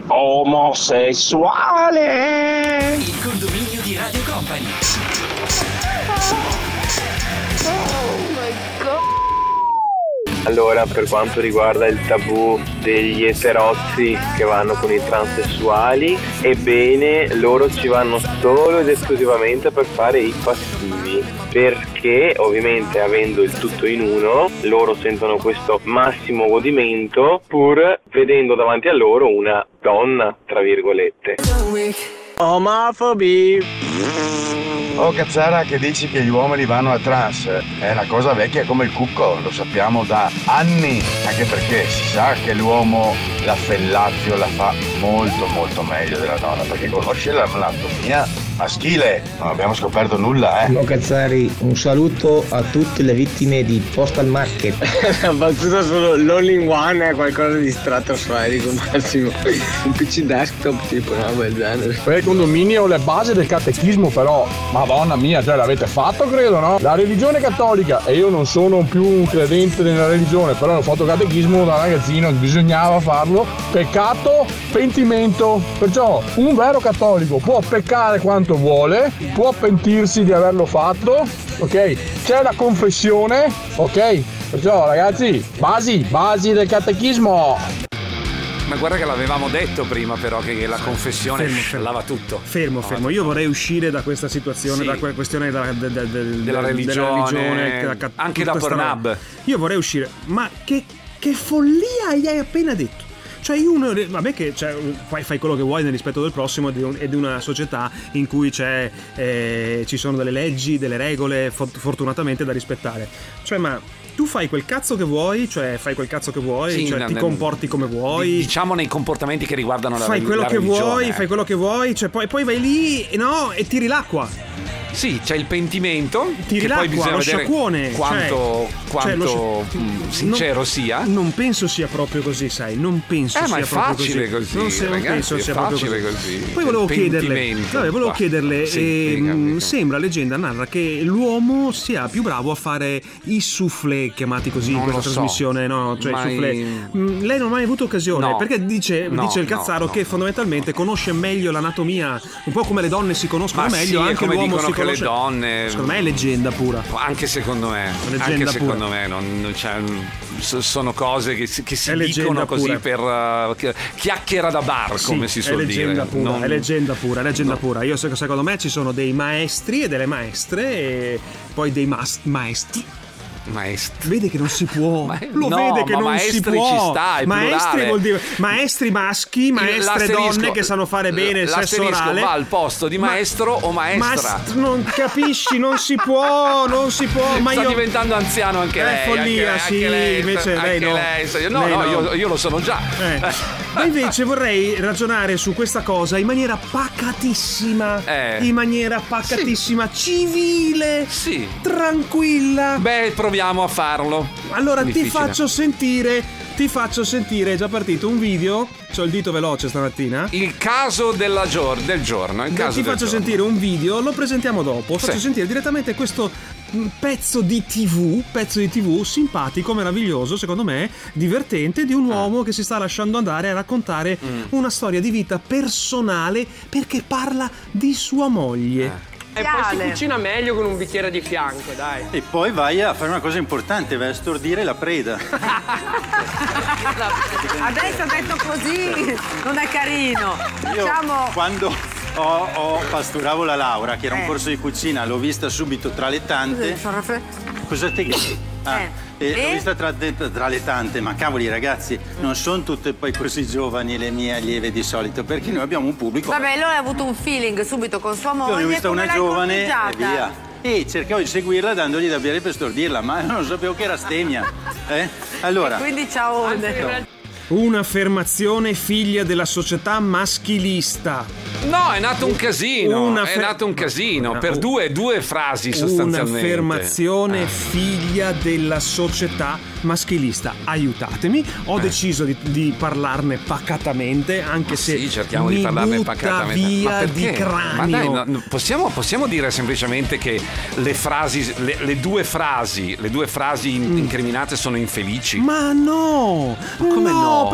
omosessuale. Il condominio di Radio Company. Oh my god. Allora, per quanto riguarda il tabù degli eterozzi che vanno con i transessuali, ebbene loro ci vanno solo ed esclusivamente per fare i passivi, perché ovviamente avendo il tutto in uno loro sentono questo massimo godimento pur vedendo davanti a loro una donna, tra virgolette. Omofobi. Oh Cazzara, che dici che gli uomini vanno a trans? È una cosa vecchia come il cucco, lo sappiamo da anni, anche perché si sa che l'uomo la fellazio la fa molto molto meglio della donna, perché conosce l'anatomia maschile, non abbiamo scoperto nulla, eh. Oh Cazzari, un saluto a tutte le vittime di Postal Market. La battuta solo l'all in one è qualcosa di stratosferico, Massimo. Un P C desktop tipo, una roba del genere. Per il condominio le basi del catechismo però, madonna mia, cioè l'avete fatto credo, no? La religione cattolica, e io non sono più un credente nella religione, però ho fatto catechismo da ragazzino, bisognava farlo. Peccato, pentimento. Perciò un vero cattolico può peccare quanto vuole, può pentirsi di averlo fatto, ok? C'è la confessione, ok? Perciò ragazzi, basi, basi del catechismo. Ma guarda che l'avevamo detto prima però che la confessione fermo, fermo. lava tutto. Fermo, fermo. Io vorrei uscire da questa situazione, Sì. da quella questione della, de, de, de, Della de, religione, della religione della, anche da tutta sta Pornhub. roba. Io vorrei uscire. Ma che, che follia hai appena detto? Cioè uno, vabbè che cioè, fai, fai quello che vuoi nel rispetto del prossimo e di una società in cui c'è, eh, ci sono delle leggi, delle regole fortunatamente da rispettare. Cioè ma tu fai quel cazzo che vuoi, cioè fai quel cazzo che vuoi, Sì, cioè no, ti no, comporti come vuoi. Diciamo nei comportamenti che riguardano la, fai quello la che religione. vuoi, fai quello che vuoi, cioè poi, poi vai lì no, e tiri l'acqua. Sì, c'è il pentimento, Tiri che l'acqua, poi bisogna lo vedere sciacquone, quanto, cioè, quanto cioè, lo sci- mh, sincero non, sia. Non penso sia proprio così, sai, non penso Eh, sia ma è proprio facile così, Non, se, non ragazzi, penso è sia proprio facile così. così. Poi volevo Il chiederle, pentimento. vabbè, volevo Qua. chiederle Sì, eh, spiega, spiega. sembra, leggenda narra che l'uomo sia più bravo a fare i soufflé, chiamati così in Non questa lo so. trasmissione, no, cioè Mai- i soufflé. Mm, Lei non ha mai avuto occasione, No. perché dice, No, dice il no, Cazzaro no. che fondamentalmente conosce meglio l'anatomia, un po' come le donne si conoscono Ma meglio, sì, è anche come l'uomo dicono si che le conosce. donne. Secondo me è leggenda pura. Anche secondo me, Leggenda anche pura. secondo me non, non c'è, so- sono cose che si, che si È leggenda dicono così pura. per uh, che- chiacchiera da bar, Sì, come si suol è leggenda dire. pura, Non- è leggenda pura, è leggenda no. pura. Io so- secondo me ci sono dei maestri e delle maestre e poi dei mas- maestri. Maestri. Vede che non si può. Ma- Lo no, vede che ma non maestri si può. ci sta, è maestri plurale. vuol dire maestri maschi, maestre L'asterisco- donne che sanno fare bene il sesso l'asterisco orale. va al posto di Ma- maestro o maestra. Ma non capisci, non si può, non si può. Ma Sta io diventando anziano anche È lei. follia, anche, sì, anche lei, invece anche lei no. lei. No, Lei no, no. Io, io lo sono già. Eh. Ma invece vorrei ragionare su questa cosa in maniera pacatissima. Eh. In maniera pacatissima, civile, Sì. tranquilla. Beh, proviamo a farlo. Allora ti Difficile. faccio sentire, ti faccio sentire, è già partito un video. C'ho il dito veloce stamattina. Il caso della gior- del giorno. Il caso Ti del faccio giorno. sentire un video, lo presentiamo dopo. Faccio Sì. sentire direttamente questo mm, pezzo di tivù, pezzo di tivù simpatico, meraviglioso, secondo me, divertente, di un uomo che si sta lasciando andare a raccontare Mm. una storia di vita personale perché parla di sua moglie. E poi si cucina meglio con un bicchiere di fianco, dai. E poi vai a fare una cosa importante, vai a stordire la preda. Adesso detto così non è carino. Io Diciamo quando ho, ho pasturavo la Laura, che era un Eh. corso di cucina, l'ho vista subito tra le tante. Cosa te che? Ah, Eh. e l'ho E? vista tra, tra le tante, ma cavoli ragazzi, non sono tutte poi così giovani le mie allieve di solito, perché noi abbiamo un pubblico. Vabbè, lui ha avuto un feeling subito con sua Io moglie. ho vista come una l'hai giovane e corteggiata? via. E cercavo di seguirla dandogli da bere per stordirla, ma non sapevo che era stemia. Eh? Allora. Quindi ciao. Un'affermazione figlia della società maschilista. No, è nato un casino. Una È fe- nato un casino. Una- Per due, due frasi sostanzialmente. Un'affermazione Ah. figlia della società maschilista. Aiutatemi, ho Eh. deciso di, di parlarne pacatamente, anche Ma se sì, cerchiamo mi di parlarne butta pacatamente. via Ma di perché? cranio. Ma dai, no, no, possiamo, possiamo dire semplicemente che le frasi, le, le due frasi, le due frasi in- incriminate sono infelici? Ma no! come no?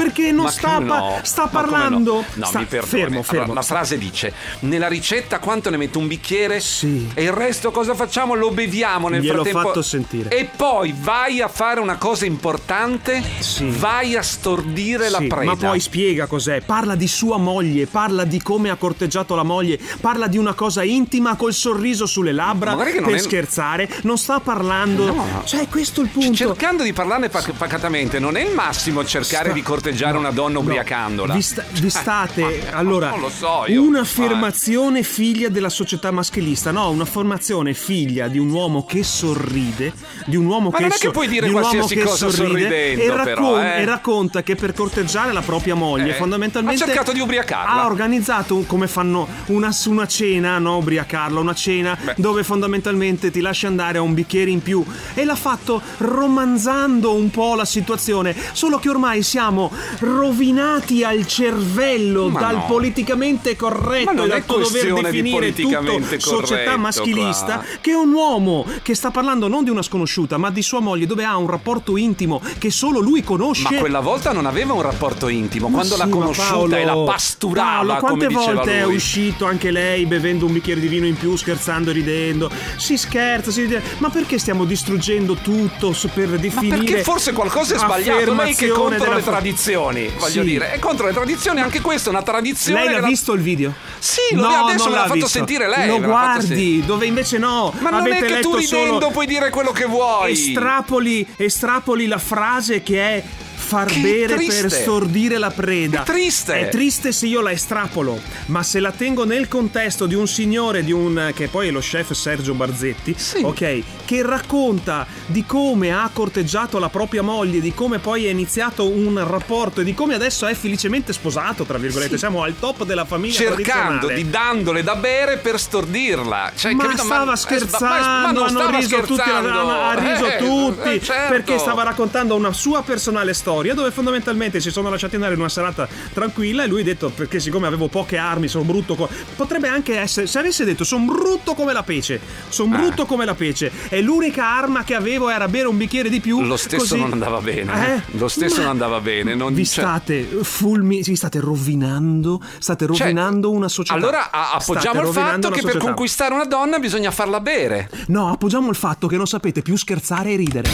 perché non Ma sta, come pa- no? sta Ma come parlando. No, no sta- mi perdoni. fermo, fermo. Allora, la frase dice: nella ricetta quanto ne metto un bicchiere? Sì. E il resto cosa facciamo? Lo beviamo nel Gliel'ho frattempo. fatto sentire. E poi vai a fare una cosa importante. Sì. Vai a stordire la Sì, preda. ma poi spiega cos'è. Parla di sua moglie, parla di come ha corteggiato la moglie, parla di una cosa intima col sorriso sulle labbra Magari che non per è- scherzare. Non sta parlando. No. Cioè, questo è il punto. Cercando di parlarne pac- pacatamente, non è il massimo cercare Sta- di corteggiare no, una donna no. ubriacandola. Vi, sta- vi state allora non lo so io. un'affermazione figlia della società maschilista, no, un'affermazione figlia di un uomo che sorride, di un uomo Ma che non è che so- puoi dire di un uomo qualsiasi che cosa sorride sorridendo, e, raccon- però, eh. e racconta che per corteggiare la propria moglie Eh, fondamentalmente ha cercato di ubriacarla. ha organizzato un- come fanno una, una cena, no, ubriacarla, una cena dove fondamentalmente ti lasci andare a un bicchiere in più, e l'ha fatto romanzando un po' la situazione, solo che ormai siamo rovinati al cervello Ma dal no. politicamente corretto Ma non e dal è tuo dover questione di definire politicamente tutto società corretto maschilista, qua. che è un uomo che sta parlando non di una sconosciuta ma di sua moglie, dove ha un rapporto intimo che solo lui conosce. Ma quella volta non aveva un rapporto intimo, Ma quando sì, l'ha ma conosciuta Paolo, e la pasturava, Paolo, quante come diceva volte è lui. uscito anche lei bevendo un bicchiere di vino in più, scherzando e ridendo? Si scherza, si ride. Ma perché stiamo distruggendo tutto su- per Ma definire? perché forse qualcosa è sbagliato? Lei che è contro della- le tradizioni, voglio Sì. dire, è contro le tradizioni, anche questa è una tradizione. Lei l'ha che la- visto il video? Sì, lo- No, adesso non me l'ha l'ha fatto visto. sentire lei. Lo me l'ha fatto guardi, sentire. dove invece no. Ma non è avete che tu letto ridendo solo... puoi dire quello che vuoi. Estrapoli, estrapoli la frase che è far Che bere triste. per stordire la preda. È triste. È triste se io la estrapolo, ma se la tengo nel contesto di un signore, di un che poi è lo chef Sergio Barzetti, ok, che racconta di come ha corteggiato la propria moglie, di come poi è iniziato un rapporto e di come adesso è felicemente sposato, tra virgolette. Sì. Siamo al top della famiglia Cercando tradizionale. di dandole da bere per stordirla. Cioè, Ma capito? stava ma, scherzando, ma, ma non hanno stava riso tutti, scherzando. ha riso Eh, tutti eh, certo. perché stava raccontando una sua personale storia dove fondamentalmente si sono lasciati andare in una serata tranquilla, e lui ha detto, perché siccome avevo poche armi, sono brutto co-". potrebbe anche essere, se avesse detto sono brutto come la pece, sono Ah. brutto come la pece e l'unica arma che avevo era bere un bicchiere di più, Lo stesso così- non andava bene. Eh? Lo stesso Ma non andava bene. Non vi cioè- state fulmi vi state rovinando state Cioè, rovinando una società. Allora a- State appoggiamo il rovinando fatto una che per società. conquistare una donna bisogna farla bere. No, appoggiamo il fatto che non sapete più scherzare e ridere.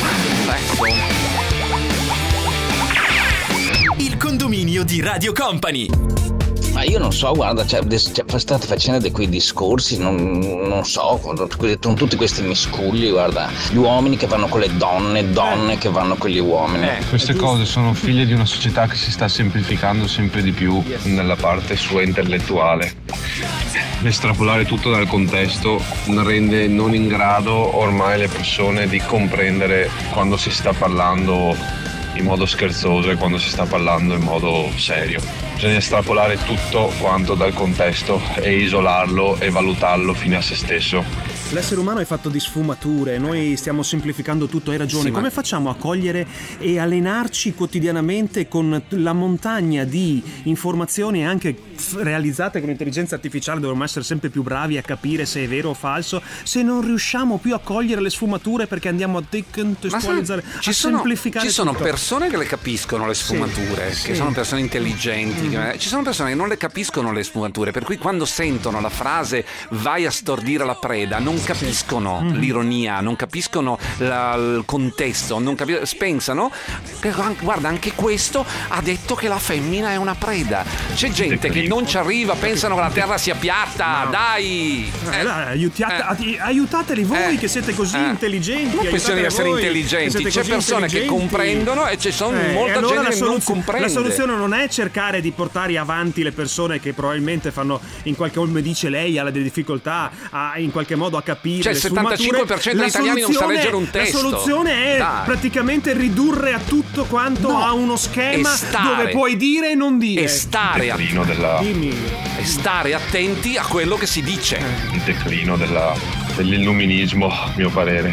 Il condominio di Radio Company. Ma io non so, guarda, cioè, adesso, cioè, state facendo di quei discorsi, non, non so, con, con tutti questi miscugli, guarda, gli uomini che vanno con le donne, donne che vanno con gli uomini. Queste cose sono figlie di una società che si sta semplificando sempre di più nella parte sua intellettuale. Estrapolare tutto dal contesto rende non in grado ormai le persone di comprendere quando si sta parlando in modo scherzoso e quando si sta parlando in modo serio. Bisogna estrapolare tutto quanto dal contesto e isolarlo e valutarlo fino a se stesso. L'essere umano è fatto di sfumature, noi stiamo semplificando tutto, hai ragione. Sì, ma- Come facciamo a cogliere e allenarci quotidianamente con la montagna di informazioni anche f- realizzate con l'intelligenza artificiale? Dovremmo essere sempre più bravi a capire se è vero o falso, se non riusciamo più a cogliere le sfumature perché andiamo a decontestualizzare, ci a sono, semplificare ci sono tutto. persone che le capiscono le sfumature, Sì, che sì. sono persone intelligenti, che- ci sono persone che non le capiscono le sfumature, per cui quando sentono la frase vai a stordire la preda non capiscono l'ironia, non capiscono la- il contesto, non capi- pensano che guarda, anche questo ha detto che la femmina è una preda. C'è gente che non ci arriva, pensano che la terra sia piatta. Dai, Eh, dai, aiutiate- ati- aiutateli voi che siete così Eh. intelligenti. non è questione di aiutateli essere voi intelligenti, che siete c'è così persone che intelligenti. comprendono e ci sono Eh, molta e allora gente la che non soluzio- comprende. La soluzione non è cercare di portare avanti le persone che probabilmente fanno in qualche modo, come dice lei, ha delle difficoltà a, in qualche modo a capire Cioè, le il settantacinque per cento degli sfumature. italiani non sa La leggere un soluzione- testo. La soluzione è Dai. praticamente ridurre a tutto quanto No. a uno schema E stare. dove puoi dire e non dire. E stare, a- Declino della, Dimmi. e stare attenti a quello che si dice. il declino della- dell'illuminismo, a mio parere.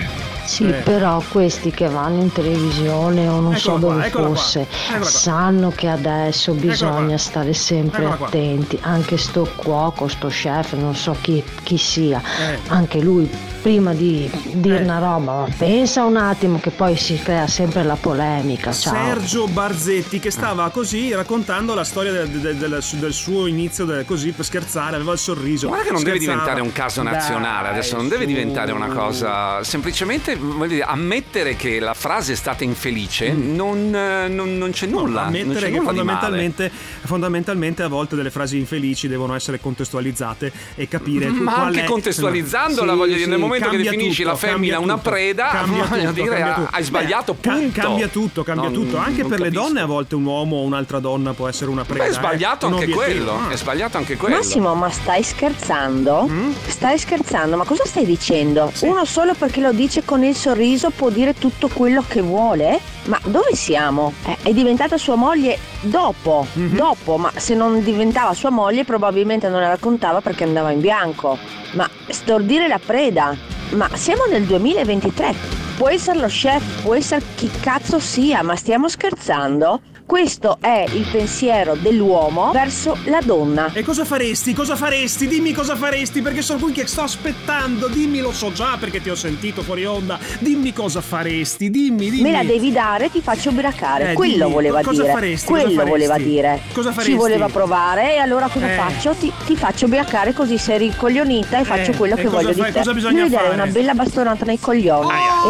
Sì, Eh. però questi che vanno in televisione o non Eccola so qua, dove eccola qua, fosse, eccola qua. sanno che adesso bisogna qua. stare sempre Eccola qua. attenti. Anche sto cuoco, sto chef, non so chi, chi sia, Eh. anche lui prima di dire una roba, ma pensa un attimo che poi si crea sempre la polemica. Ciao. Sergio Barzetti che stava così raccontando la storia del, del- del- del suo inizio del- così per scherzare, aveva il sorriso. Guarda che non deve scherzava. diventare un caso nazionale, Dai, adesso non deve su. diventare una cosa. Semplicemente voglio dire, ammettere che la frase è stata infelice non, eh, non- non c'è nulla. non Ammettere c'è che nulla di male. fondamentalmente, fondamentalmente a volte delle frasi infelici devono essere contestualizzate e capire Ma qual anche è- contestualizzandola, Sì, voglio dire, sì, nel momento che cambia definisci tutto, la femmina cambia una tutto, preda, cambia voglio tutto, dire, cambia ha- tutto. hai sbagliato, Beh, ca- punto. Cambia tutto, cambia Non- tutto. Anche non per le capisco. donne a volte un uomo o un'altra donna può essere una preda. Beh, è sbagliato eh, un anche obiettivo. quello, Ah. è sbagliato anche quello. Massimo, ma stai scherzando? Stai scherzando? Ma cosa stai dicendo? Uno solo perché lo dice con il sorriso può dire tutto quello che vuole? Ma dove siamo? Eh, è diventata sua moglie dopo, dopo, ma se non diventava sua moglie probabilmente non la raccontava perché andava in bianco. Ma stordire la preda? Ma siamo nel duemilaventitré, può essere lo chef, può essere chi cazzo sia, ma stiamo scherzando? Questo è il pensiero dell'uomo verso la donna. E cosa faresti? Cosa faresti? Dimmi cosa faresti, perché sono qui che sto aspettando. Dimmi, lo so già perché ti ho sentito fuori onda. Dimmi cosa faresti, dimmi, dimmi. Me la devi dare, ti faccio ubriacare. Eh, Quello dimmi, voleva cosa dire. faresti? Quello Cosa faresti? voleva dire. Cosa faresti? Ci voleva provare e allora cosa Eh. faccio? Ti, ti faccio ubriacare così sei ricoglionita e faccio quello e che cosa voglio fai? di te. Cosa bisogna Devi dare fare? una bella bastonata nei coglioni. E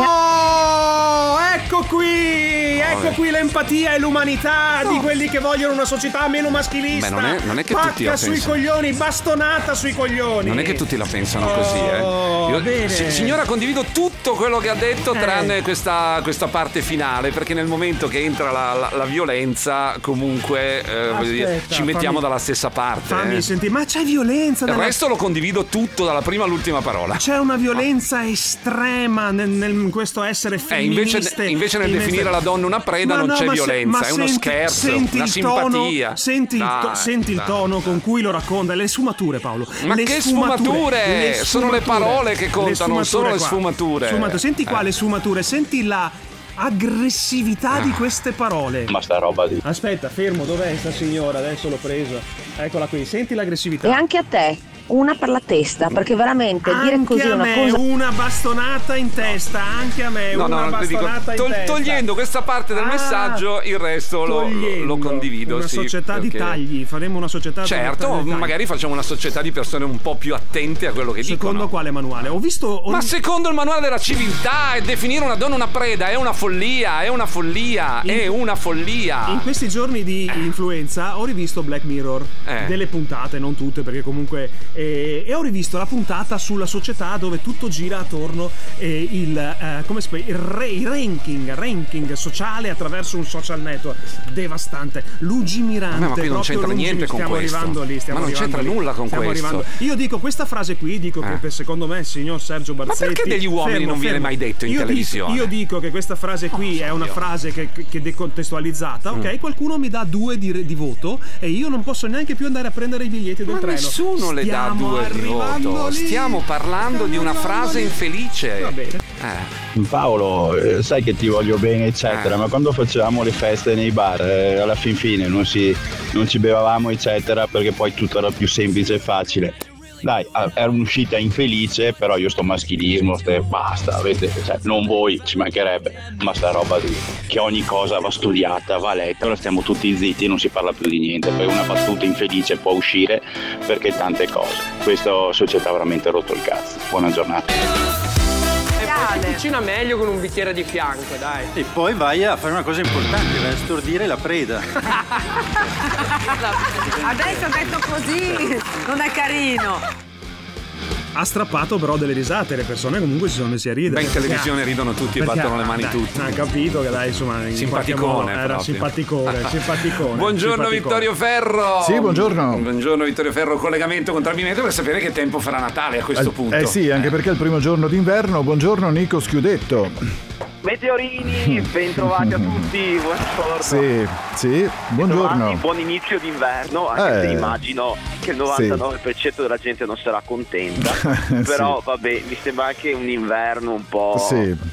a- Oh, ecco qui, ecco qui l'empatia e l'umanità di quelli che vogliono una società meno maschilista. Beh, non è- non è che Pacca tutti la sui pensano. coglioni, bastonata sui coglioni. Non è che tutti la pensano così, eh. Oh, Io- bene. si- signora, condivido tutto quello che ha detto, Eh. tranne questa, questa parte finale, perché nel momento che entra la, la- la violenza, comunque, eh, voglio dire, Aspetta, ci mettiamo fammi- dalla stessa parte. Fammi eh. sentire, ma c'è violenza Il nella... resto lo condivido tutto, dalla prima all'ultima parola. C'è una violenza estrema nel, nel- in questo essere Eh, femministe. invece, invece nel in definire mezzo- la donna una preda Ma non no, c'è ma se- violenza, ma è uno senti- scherzo, senti una il tono- simpatia. senti il, to- Dai, senti il dai. tono con cui lo racconta, le sfumature, Paolo. Ma le che sfumature? Sono le parole che contano, non sono le qua. sfumature. Sfumature. Senti qua Eh. le sfumature, senti la aggressività di queste parole. Ma sta roba di... Aspetta, fermo, dov'è sta signora? Adesso l'ho presa. Eccola qui, senti l'aggressività. e anche a te, una per la testa, perché veramente dire Anche così a una me cosa. una bastonata in testa, anche a me No, una no, ti dico, bastonata tol- in testa. togliendo questa parte del Ah, messaggio, il resto lo, togliendo. lo condivido. Una sì, società di perché- tagli, faremo una società di Certo, tagli. magari facciamo una società di persone un po' più attente a quello che Secondo dicono. quale manuale? Ho visto ho- Ma secondo il manuale della civiltà, e definire una donna una preda è una follia, è una follia, In- è una follia. In questi giorni di influenza ho rivisto Black Mirror, Eh. delle puntate, non tutte perché comunque eh, e ho rivisto la puntata sulla società dove tutto gira attorno eh, il eh, come si chiama? il, re- il ranking ranking sociale attraverso un social network devastante, lungimirante. Ma qui non proprio c'entra lungimi- niente con stiamo questo. arrivando lì, stiamo Ma non arrivando c'entra lì. nulla con Stiamo questo. arrivando. Io dico questa frase qui, dico Eh. che per secondo me il signor Sergio Barzetti, perché degli uomini fermo, non viene fermo. mai detto in io televisione? Dico, io dico che questa frase qui è una frase che, che è decontestualizzata, ok? Mm. Qualcuno mi dà due di, di voto e io non posso neanche più andare a prendere i biglietti del Ma treno. nessuno le dà Stiamo due di arrivando voto. lì. Stiamo parlando di una frase infelice. Va bene. Eh. Paolo, eh, sai che ti voglio bene eccetera, Eh. ma quando facevamo le feste nei bar eh, alla fin fine non, si, non ci bevavamo eccetera perché poi tutto era più semplice e facile. Dai, ah, era un'uscita infelice, però io sto maschilismo, ste, basta, avete, cioè, non voi, ci mancherebbe, ma sta roba di che ogni cosa va studiata, va letta, ora stiamo tutti zitti e non si parla più di niente, poi una battuta infelice può uscire perché tante cose. Questa società ha veramente rotto il cazzo. Buona giornata. E poi si cucina meglio con un bicchiere di fianco, dai. E poi vai a fare una cosa importante, vai a stordire la preda. Adesso detto così non è carino. Ha strappato però delle risate, le persone comunque si sono messi a ridere. Beh, in televisione ridono tutti e Perché- battono le mani dai, tutti. Ha capito che dai, insomma, in Simpaticone qualche modo era proprio. simpaticone, simpaticone. Buongiorno simpaticone. Vittorio Ferro. Sì, buongiorno. Buongiorno Vittorio Ferro, collegamento con Travineto per sapere che tempo farà Natale a questo Eh, punto. eh sì, anche perché è il primo giorno d'inverno. Buongiorno Nico Schiudetto. Meteorini, bentrovati a tutti, buongiorno. Sì, sì, buongiorno. Bentrovati, buon inizio d'inverno, anche Eh. se immagino che il novantanove per cento della gente non sarà contenta. Però vabbè, mi sembra anche un inverno un po'... Sì.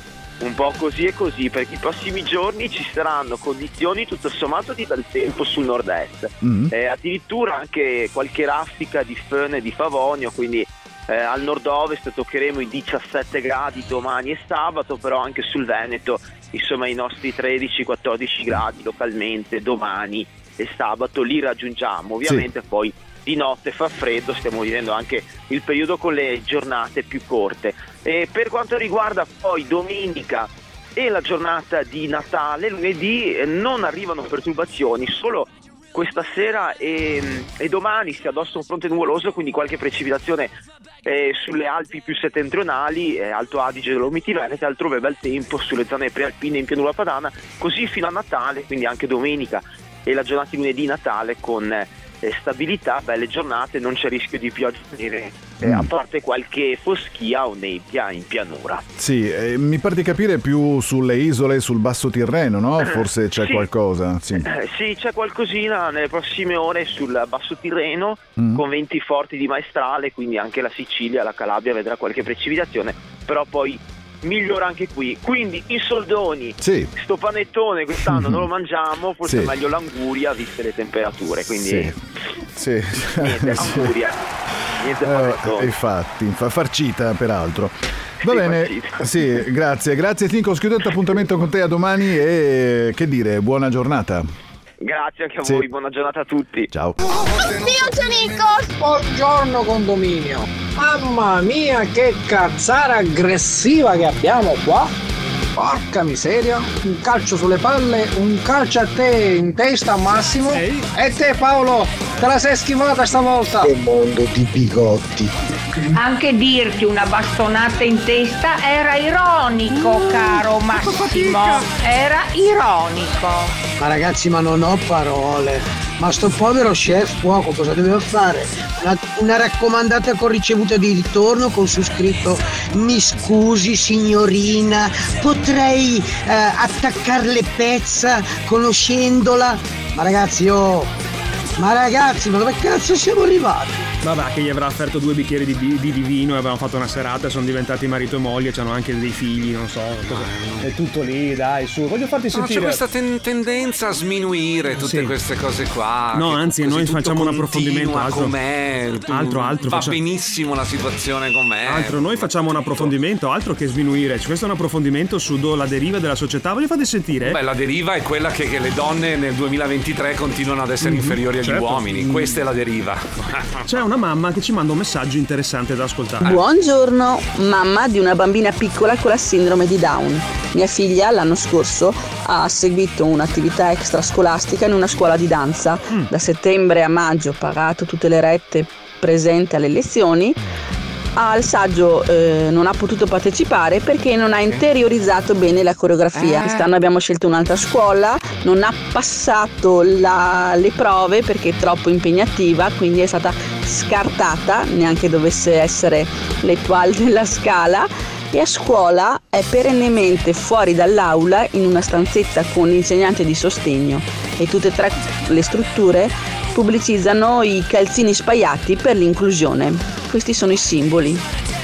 un po' così e così, perché i prossimi giorni ci saranno condizioni tutto sommato di bel tempo sul nord-est, Mm. eh, addirittura anche qualche raffica di Fön e di Favonio, quindi eh, al nord-ovest toccheremo i diciassette gradi domani e sabato, però anche sul Veneto insomma i nostri tredici quattordici gradi localmente domani e sabato li raggiungiamo. Ovviamente sì. Poi di notte fa freddo, stiamo vivendo anche il periodo con le giornate più corte. E per quanto riguarda poi domenica e la giornata di Natale, lunedì eh, non arrivano perturbazioni, solo questa sera e, e domani si addossa un fronte nuvoloso, quindi qualche precipitazione eh, sulle Alpi più settentrionali, eh, Alto Adige e Dolomiti Venete, altrove bel tempo sulle zone prealpine in pianura padana, così fino a Natale, quindi anche domenica e la giornata di lunedì Natale con eh, stabilità, belle giornate, non c'è rischio di pioggia nere, eh, Mm. a parte qualche foschia o nebbia in pianura. Sì, eh, mi pare di capire più sulle isole, sul Basso Tirreno, no? Forse c'è Sì. qualcosa. Sì. Eh, sì, c'è qualcosina nelle prossime ore sul Basso Tirreno, Mm. con venti forti di maestrale, quindi anche la Sicilia, la Calabria vedrà qualche precipitazione, però poi migliora anche qui. Quindi i soldoni, Sì. sto panettone quest'anno non lo mangiamo, forse Sì. è meglio l'anguria viste le temperature, quindi Sì. Sì. niente, Sì. anguria, niente Eh, panettone. infatti, fa- farcita peraltro. Va Sì, bene, farcita. sì, grazie, grazie Nico Schiudetto, appuntamento con te a domani e che dire, buona giornata. Grazie anche a Sì. voi, buona giornata a tutti. Ciao. Oddio, c'è Nico! Buongiorno condominio. Mamma mia, che cazzara aggressiva che abbiamo qua. Porca miseria, un calcio sulle palle, un calcio a te in testa Massimo. E te Paolo, te la sei schivata stavolta. Che mondo di bigotti. Anche dirti una bastonata in testa era ironico, caro Massimo. Era ironico. Ma ragazzi, ma non ho parole. Ma sto povero chef fuoco cosa doveva fare? Una, una raccomandata con ricevuta di ritorno con su scritto: mi scusi signorina, potrei eh, attaccarle pezza conoscendola? Ma ragazzi, oh, ma ragazzi, ma dove cazzo siamo arrivati? Vabbè, che gli avrà offerto due bicchieri di, di, di vino e avevano fatto una serata, sono diventati marito e moglie, hanno anche dei figli, non so, cosa. È tutto lì, dai, su. Voglio farti No, sentire. c'è questa ten- tendenza a sminuire tutte Sì. queste cose qua. No, che anzi, così noi tutto facciamo un continua approfondimento, altro- com'è, tu- altro, altro, Va facciamo- benissimo la situazione com'è. Altro, noi facciamo un approfondimento, altro che sminuire. Questo è un approfondimento su do- la deriva della società. Voglio farti sentire? Beh, la deriva è quella che, che le donne nel duemilaventitré continuano ad essere Mhm, inferiori agli certo. uomini. Mm. Questa è la deriva. C'è una mamma che ci manda un messaggio interessante da ascoltare. Buongiorno, mamma di una bambina piccola con la sindrome di Down. Mia figlia l'anno scorso ha seguito un'attività extrascolastica in una scuola di danza. Da settembre a maggio, pagato tutte le rette, presente alle lezioni. Al saggio eh, non ha potuto partecipare perché non ha interiorizzato bene la coreografia. Eh. Quest'anno abbiamo scelto un'altra scuola, non ha passato la- le prove perché è troppo impegnativa, quindi è stata scartata, neanche dovesse essere l'étoile della Scala, e a scuola è perennemente fuori dall'aula in una stanzetta con l'insegnante di sostegno e tutte e tre le strutture pubblicizzano i calzini spaiati per l'inclusione. Questi sono i simboli.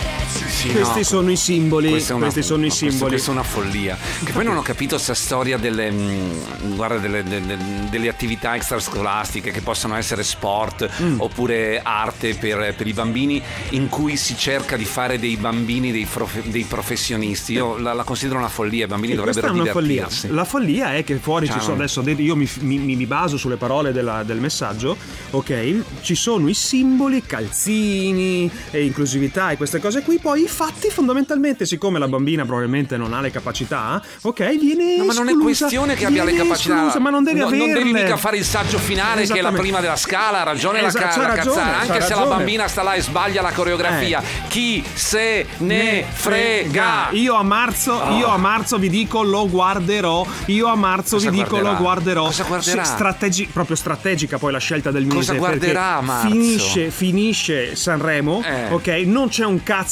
Sì, Questi no. sono i simboli. Questa è una, Questi sono i no, questo- simboli. Questa è una follia. Che poi non ho capito questa storia delle, mh, guarda, delle, delle- delle attività extrascolastiche che possono essere sport Mm. oppure arte per, per i bambini, in cui si cerca di fare dei bambini dei, profe- dei professionisti. Io la, la considero una follia. I bambini E questa dovrebbero è una follia. divertirsi. La follia è che fuori Ciao. ci sono adesso, io mi, mi- mi baso sulle parole della- del messaggio, ok? Ci sono i simboli, calzini e inclusività e queste cose qui, poi i fatti fondamentalmente, siccome la bambina probabilmente non ha le capacità, ok, viene No, ma non è esclusa, questione che abbia le viene capacità. esclusa, ma non devi No, averle. non devi mica fare il saggio finale che è la Esattamente. prima della scala. Ha ragione la, Esa- ca- c'ha la ragione, cazzara. c'ha Anche se la ragione. bambina sta là e sbaglia la coreografia, Eh. chi se ne frega. Io a marzo, Oh. io a marzo vi dico lo guarderò. Io a marzo Cosa vi dico guarderà? lo guarderò. Cosa guarderà? Sì, strategi- proprio strategica poi la scelta del mese. Cosa guarderà perché a marzo? Finisce, finisce Sanremo, Eh. ok? Non c'è un cazzo da guardare.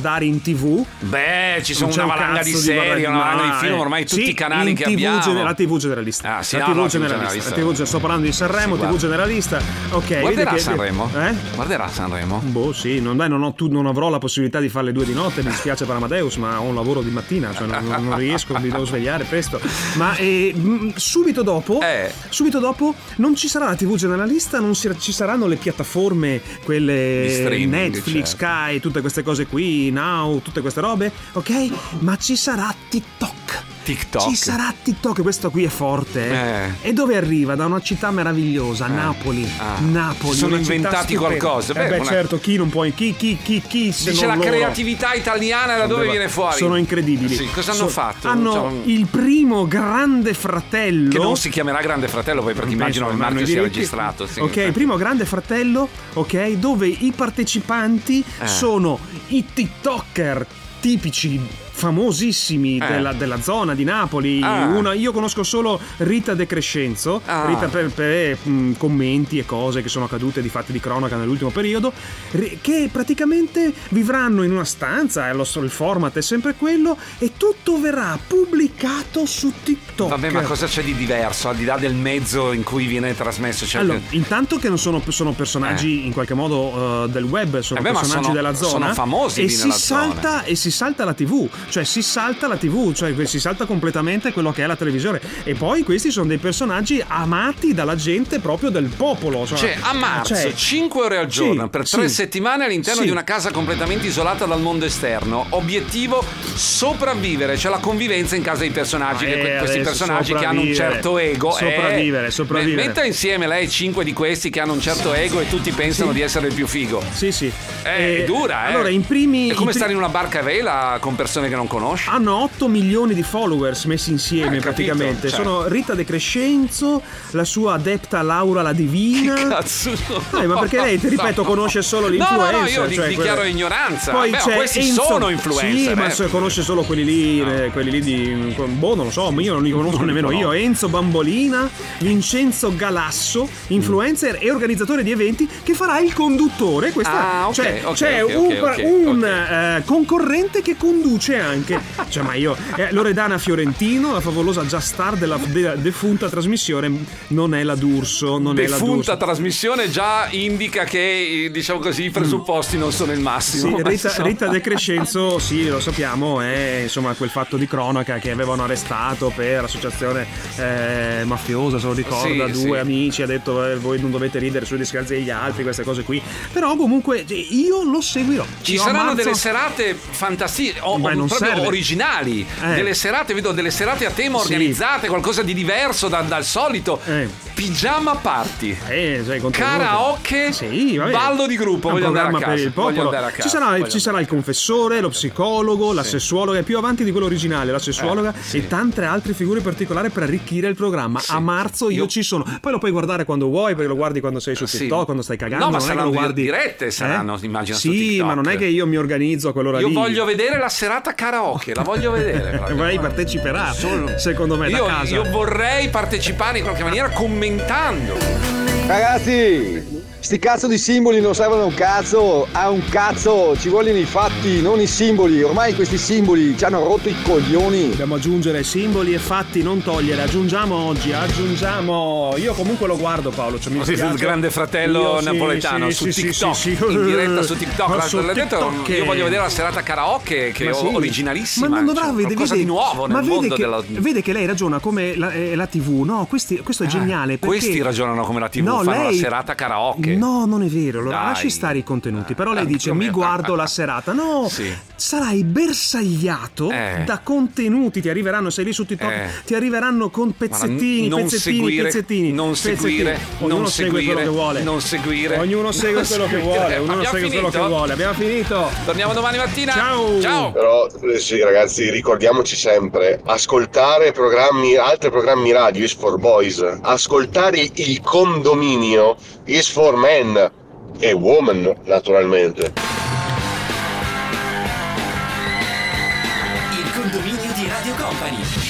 guardare in tv. Beh, ci sono Non una c'è un valanga di cazzo serie, guardare- una valanga di Ma, film, eh, ormai tutti sì, i canali in che T V abbiamo. gener- la T V generalista. Ah, sì, la no, T V no, generalista. La T V, sto parlando di Sanremo, Sì, T V generalista. Ok. Guarderà vedi che- Sanremo? Eh? Guarderà Sanremo? Boh, sì, non, dai, non, ho, tu, non avrò la possibilità di fare le due di notte, mi dispiace per Amadeus, ma ho un lavoro di mattina, cioè non, non riesco, mi devo svegliare presto. Ma eh, mh, subito dopo, Eh. subito dopo non ci sarà la T V generalista, non si- ci saranno le piattaforme, quelle Di streaming, Netflix, certo. Sky, tutte queste cose qui, Now, tutte queste robe, ok? Ma ci sarà TikTok. TikTok. Ci sarà TikTok, questo qui è forte. eh. Eh. E dove arriva? Da una città meravigliosa, Eh. Napoli. Ah. Napoli. Si sono una città inventati stupenda. qualcosa. Eh Beh, beh, una- certo, chi non può. Chi, chi, chi, chi se Dice non la loro? creatività italiana da dove Sono- viene fuori? Sono incredibili. Sì, cosa hanno So- fatto? Hanno Cioè, il primo Grande Fratello. Che non si chiamerà Grande Fratello, poi perché Non immagino penso, che il non hanno marchio i sia diritti. registrato. Sì, ok, il primo Grande Fratello, ok, dove i partecipanti Eh. sono i TikToker tipici famosissimi Eh. della, della zona di Napoli. Ah. Una, io conosco solo Rita De Crescenzo, Ah. Rita per, per mh, commenti e cose che sono accadute di fatti di cronaca nell'ultimo periodo, ri- che praticamente vivranno in una stanza, eh, lo so, il format è sempre quello, e tutto verrà pubblicato su TikTok. Vabbè, ma cosa c'è di diverso al di là del mezzo in cui viene trasmesso? Cioè, Allora, intanto che non sono, sono personaggi in qualche modo uh, del web, sono Eh beh, ma personaggi sono- della zona. sono famosi e lì si nella salta zona. e si salta la tivù, cioè si salta la tivù, cioè si salta completamente quello che è la televisione. E poi questi sono dei personaggi amati dalla gente proprio del popolo. Cioè, a marzo, cioè, cinque ore al giorno, sì, per tre sì. settimane all'interno Sì. di una casa completamente isolata dal mondo esterno. Obiettivo: sopravvivere, cioè la convivenza in casa dei personaggi. Eh, che que- questi adesso personaggi che hanno un sopravvivere. certo ego. Sopravvivere, eh, sopravvivere. Metta insieme lei cinque di questi che hanno un certo ego e tutti pensano Sì. di essere il più figo. Sì, sì. Eh, Eh, è dura, eh. allora, in primi- È come in pri- stare in una barca a vela con persone che non conosci. Hanno otto milioni di followers messi insieme Eh, capito, praticamente. cioè. Sono Rita De Crescenzo, la sua adepta Laura la Divina. Che cazzo? Eh, ma perché lei, ti ripeto, No. conosce solo No, l'influencer. no, no, io di- cioè dichiaro quelle- ignoranza. Poi Beh, ma c'è questi Enzo- sono influencer, Sì, ma eh. so- conosce solo quelli lì, eh, quelli lì di. Boh, non lo so, io non li conosco nemmeno No. io. Enzo Bambolina, Vincenzo Galasso, influencer e organizzatore di eventi, che farà il conduttore. Questa, Ah, ok, cioè, ok, c'è ok, un, ok, ok, un ok. eh, concorrente che conduce anche. Cioè, ma io. eh, Loredana Fiorentino, la favolosa già star della de- defunta trasmissione, non è la D'Urso, non è la D'Urso. Defunta trasmissione già indica che, diciamo così, i presupposti non sono il massimo. Sì, ma Rita, insomma. Rita De Crescenzo, sì, lo sappiamo, è insomma quel fatto di cronaca che avevano arrestato per associazione eh, mafiosa, se lo ricorda, Sì, due sì. amici, ha detto eh, voi non dovete ridere sulle disgrazie degli altri, queste cose qui. Però comunque cioè, io lo seguirò. Ci Io a saranno marzo- delle serate fantastiche, o, Beh, o non proprio serve. originali. Eh. Delle serate, vedo delle serate a tema Sì. organizzate, qualcosa di diverso da- dal solito. Eh. Pigiama party. Eh, sai, contenuti. Karaoke, Sì, vabbè. ballo di gruppo. È un Voglio andare a programma casa. per il voglio popolo. andare a casa. Ci sarà, voglio ci sarà il confessore, lo psicologo, la sessuologa, è più avanti di quello originale, la sessuologa Eh, sì. e tante altre figure particolari per arricchire il programma. Sì. A marzo io, Io- ci sono. Poi lo puoi guardare quando vuoi, perché lo guardi quando sei su Sì. TikTok, quando stai cagando. No, ma non è che saranno lo guardi dirette, saranno, Eh? immagino, su Sì, TikTok. ma non è che io mi organizzo a quell'ora Io lì. voglio vedere la serata karaoke, la voglio vedere. proprio. Lei parteciperà, Solo- secondo me, io, da casa. io vorrei partecipare in qualche maniera commentando. Ragazzi, sti cazzo di simboli non servono a un cazzo, a un cazzo, ci vogliono i fatti, non i simboli. Ormai questi simboli ci hanno rotto i coglioni. Dobbiamo aggiungere simboli e fatti, non togliere. Aggiungiamo oggi, aggiungiamo. Io comunque lo guardo, Paolo. Cioè, mi Così dispiace. il grande fratello Io sì, napoletano sì, su sì, sì, TikTok, sì, sì. in diretta su TikTok. Ma L'ha- su l'ha detto, TikTok. io voglio vedere la serata karaoke, che Ma è sì. originalissima. Ma non dovrà cioè, vedere qualcosa vede- di nuovo ma nel vede mondo che, della. vede che lei ragiona come la, eh, la tivù. No, questi- questo è geniale. Perché... Questi ragionano come la tivù, No, fanno lei- la serata karaoke. No, non è vero. Allora, Dai. lasci stare i contenuti. Però lei Eh, dice: come- mi guardo la serata. No, Sì. sarai bersagliato Eh. da contenuti. Ti arriveranno, sei lì su TikTok, Eh. ti arriveranno con pezzettini, non pezzettini, seguire, pezzettini. non pezzettini. seguire, Ognuno non segue seguire, quello che vuole. non seguire. Ognuno segue Non quello che seguire. vuole. Ognuno Abbiamo segue quello finito? che vuole. Abbiamo finito. Torniamo domani mattina. Ciao. Ciao. Però eh, sì ragazzi, ricordiamoci sempre, ascoltare programmi, altri programmi radio is for boys, ascoltare il condominio is for men e woman naturalmente. Il condominio di Radio Company.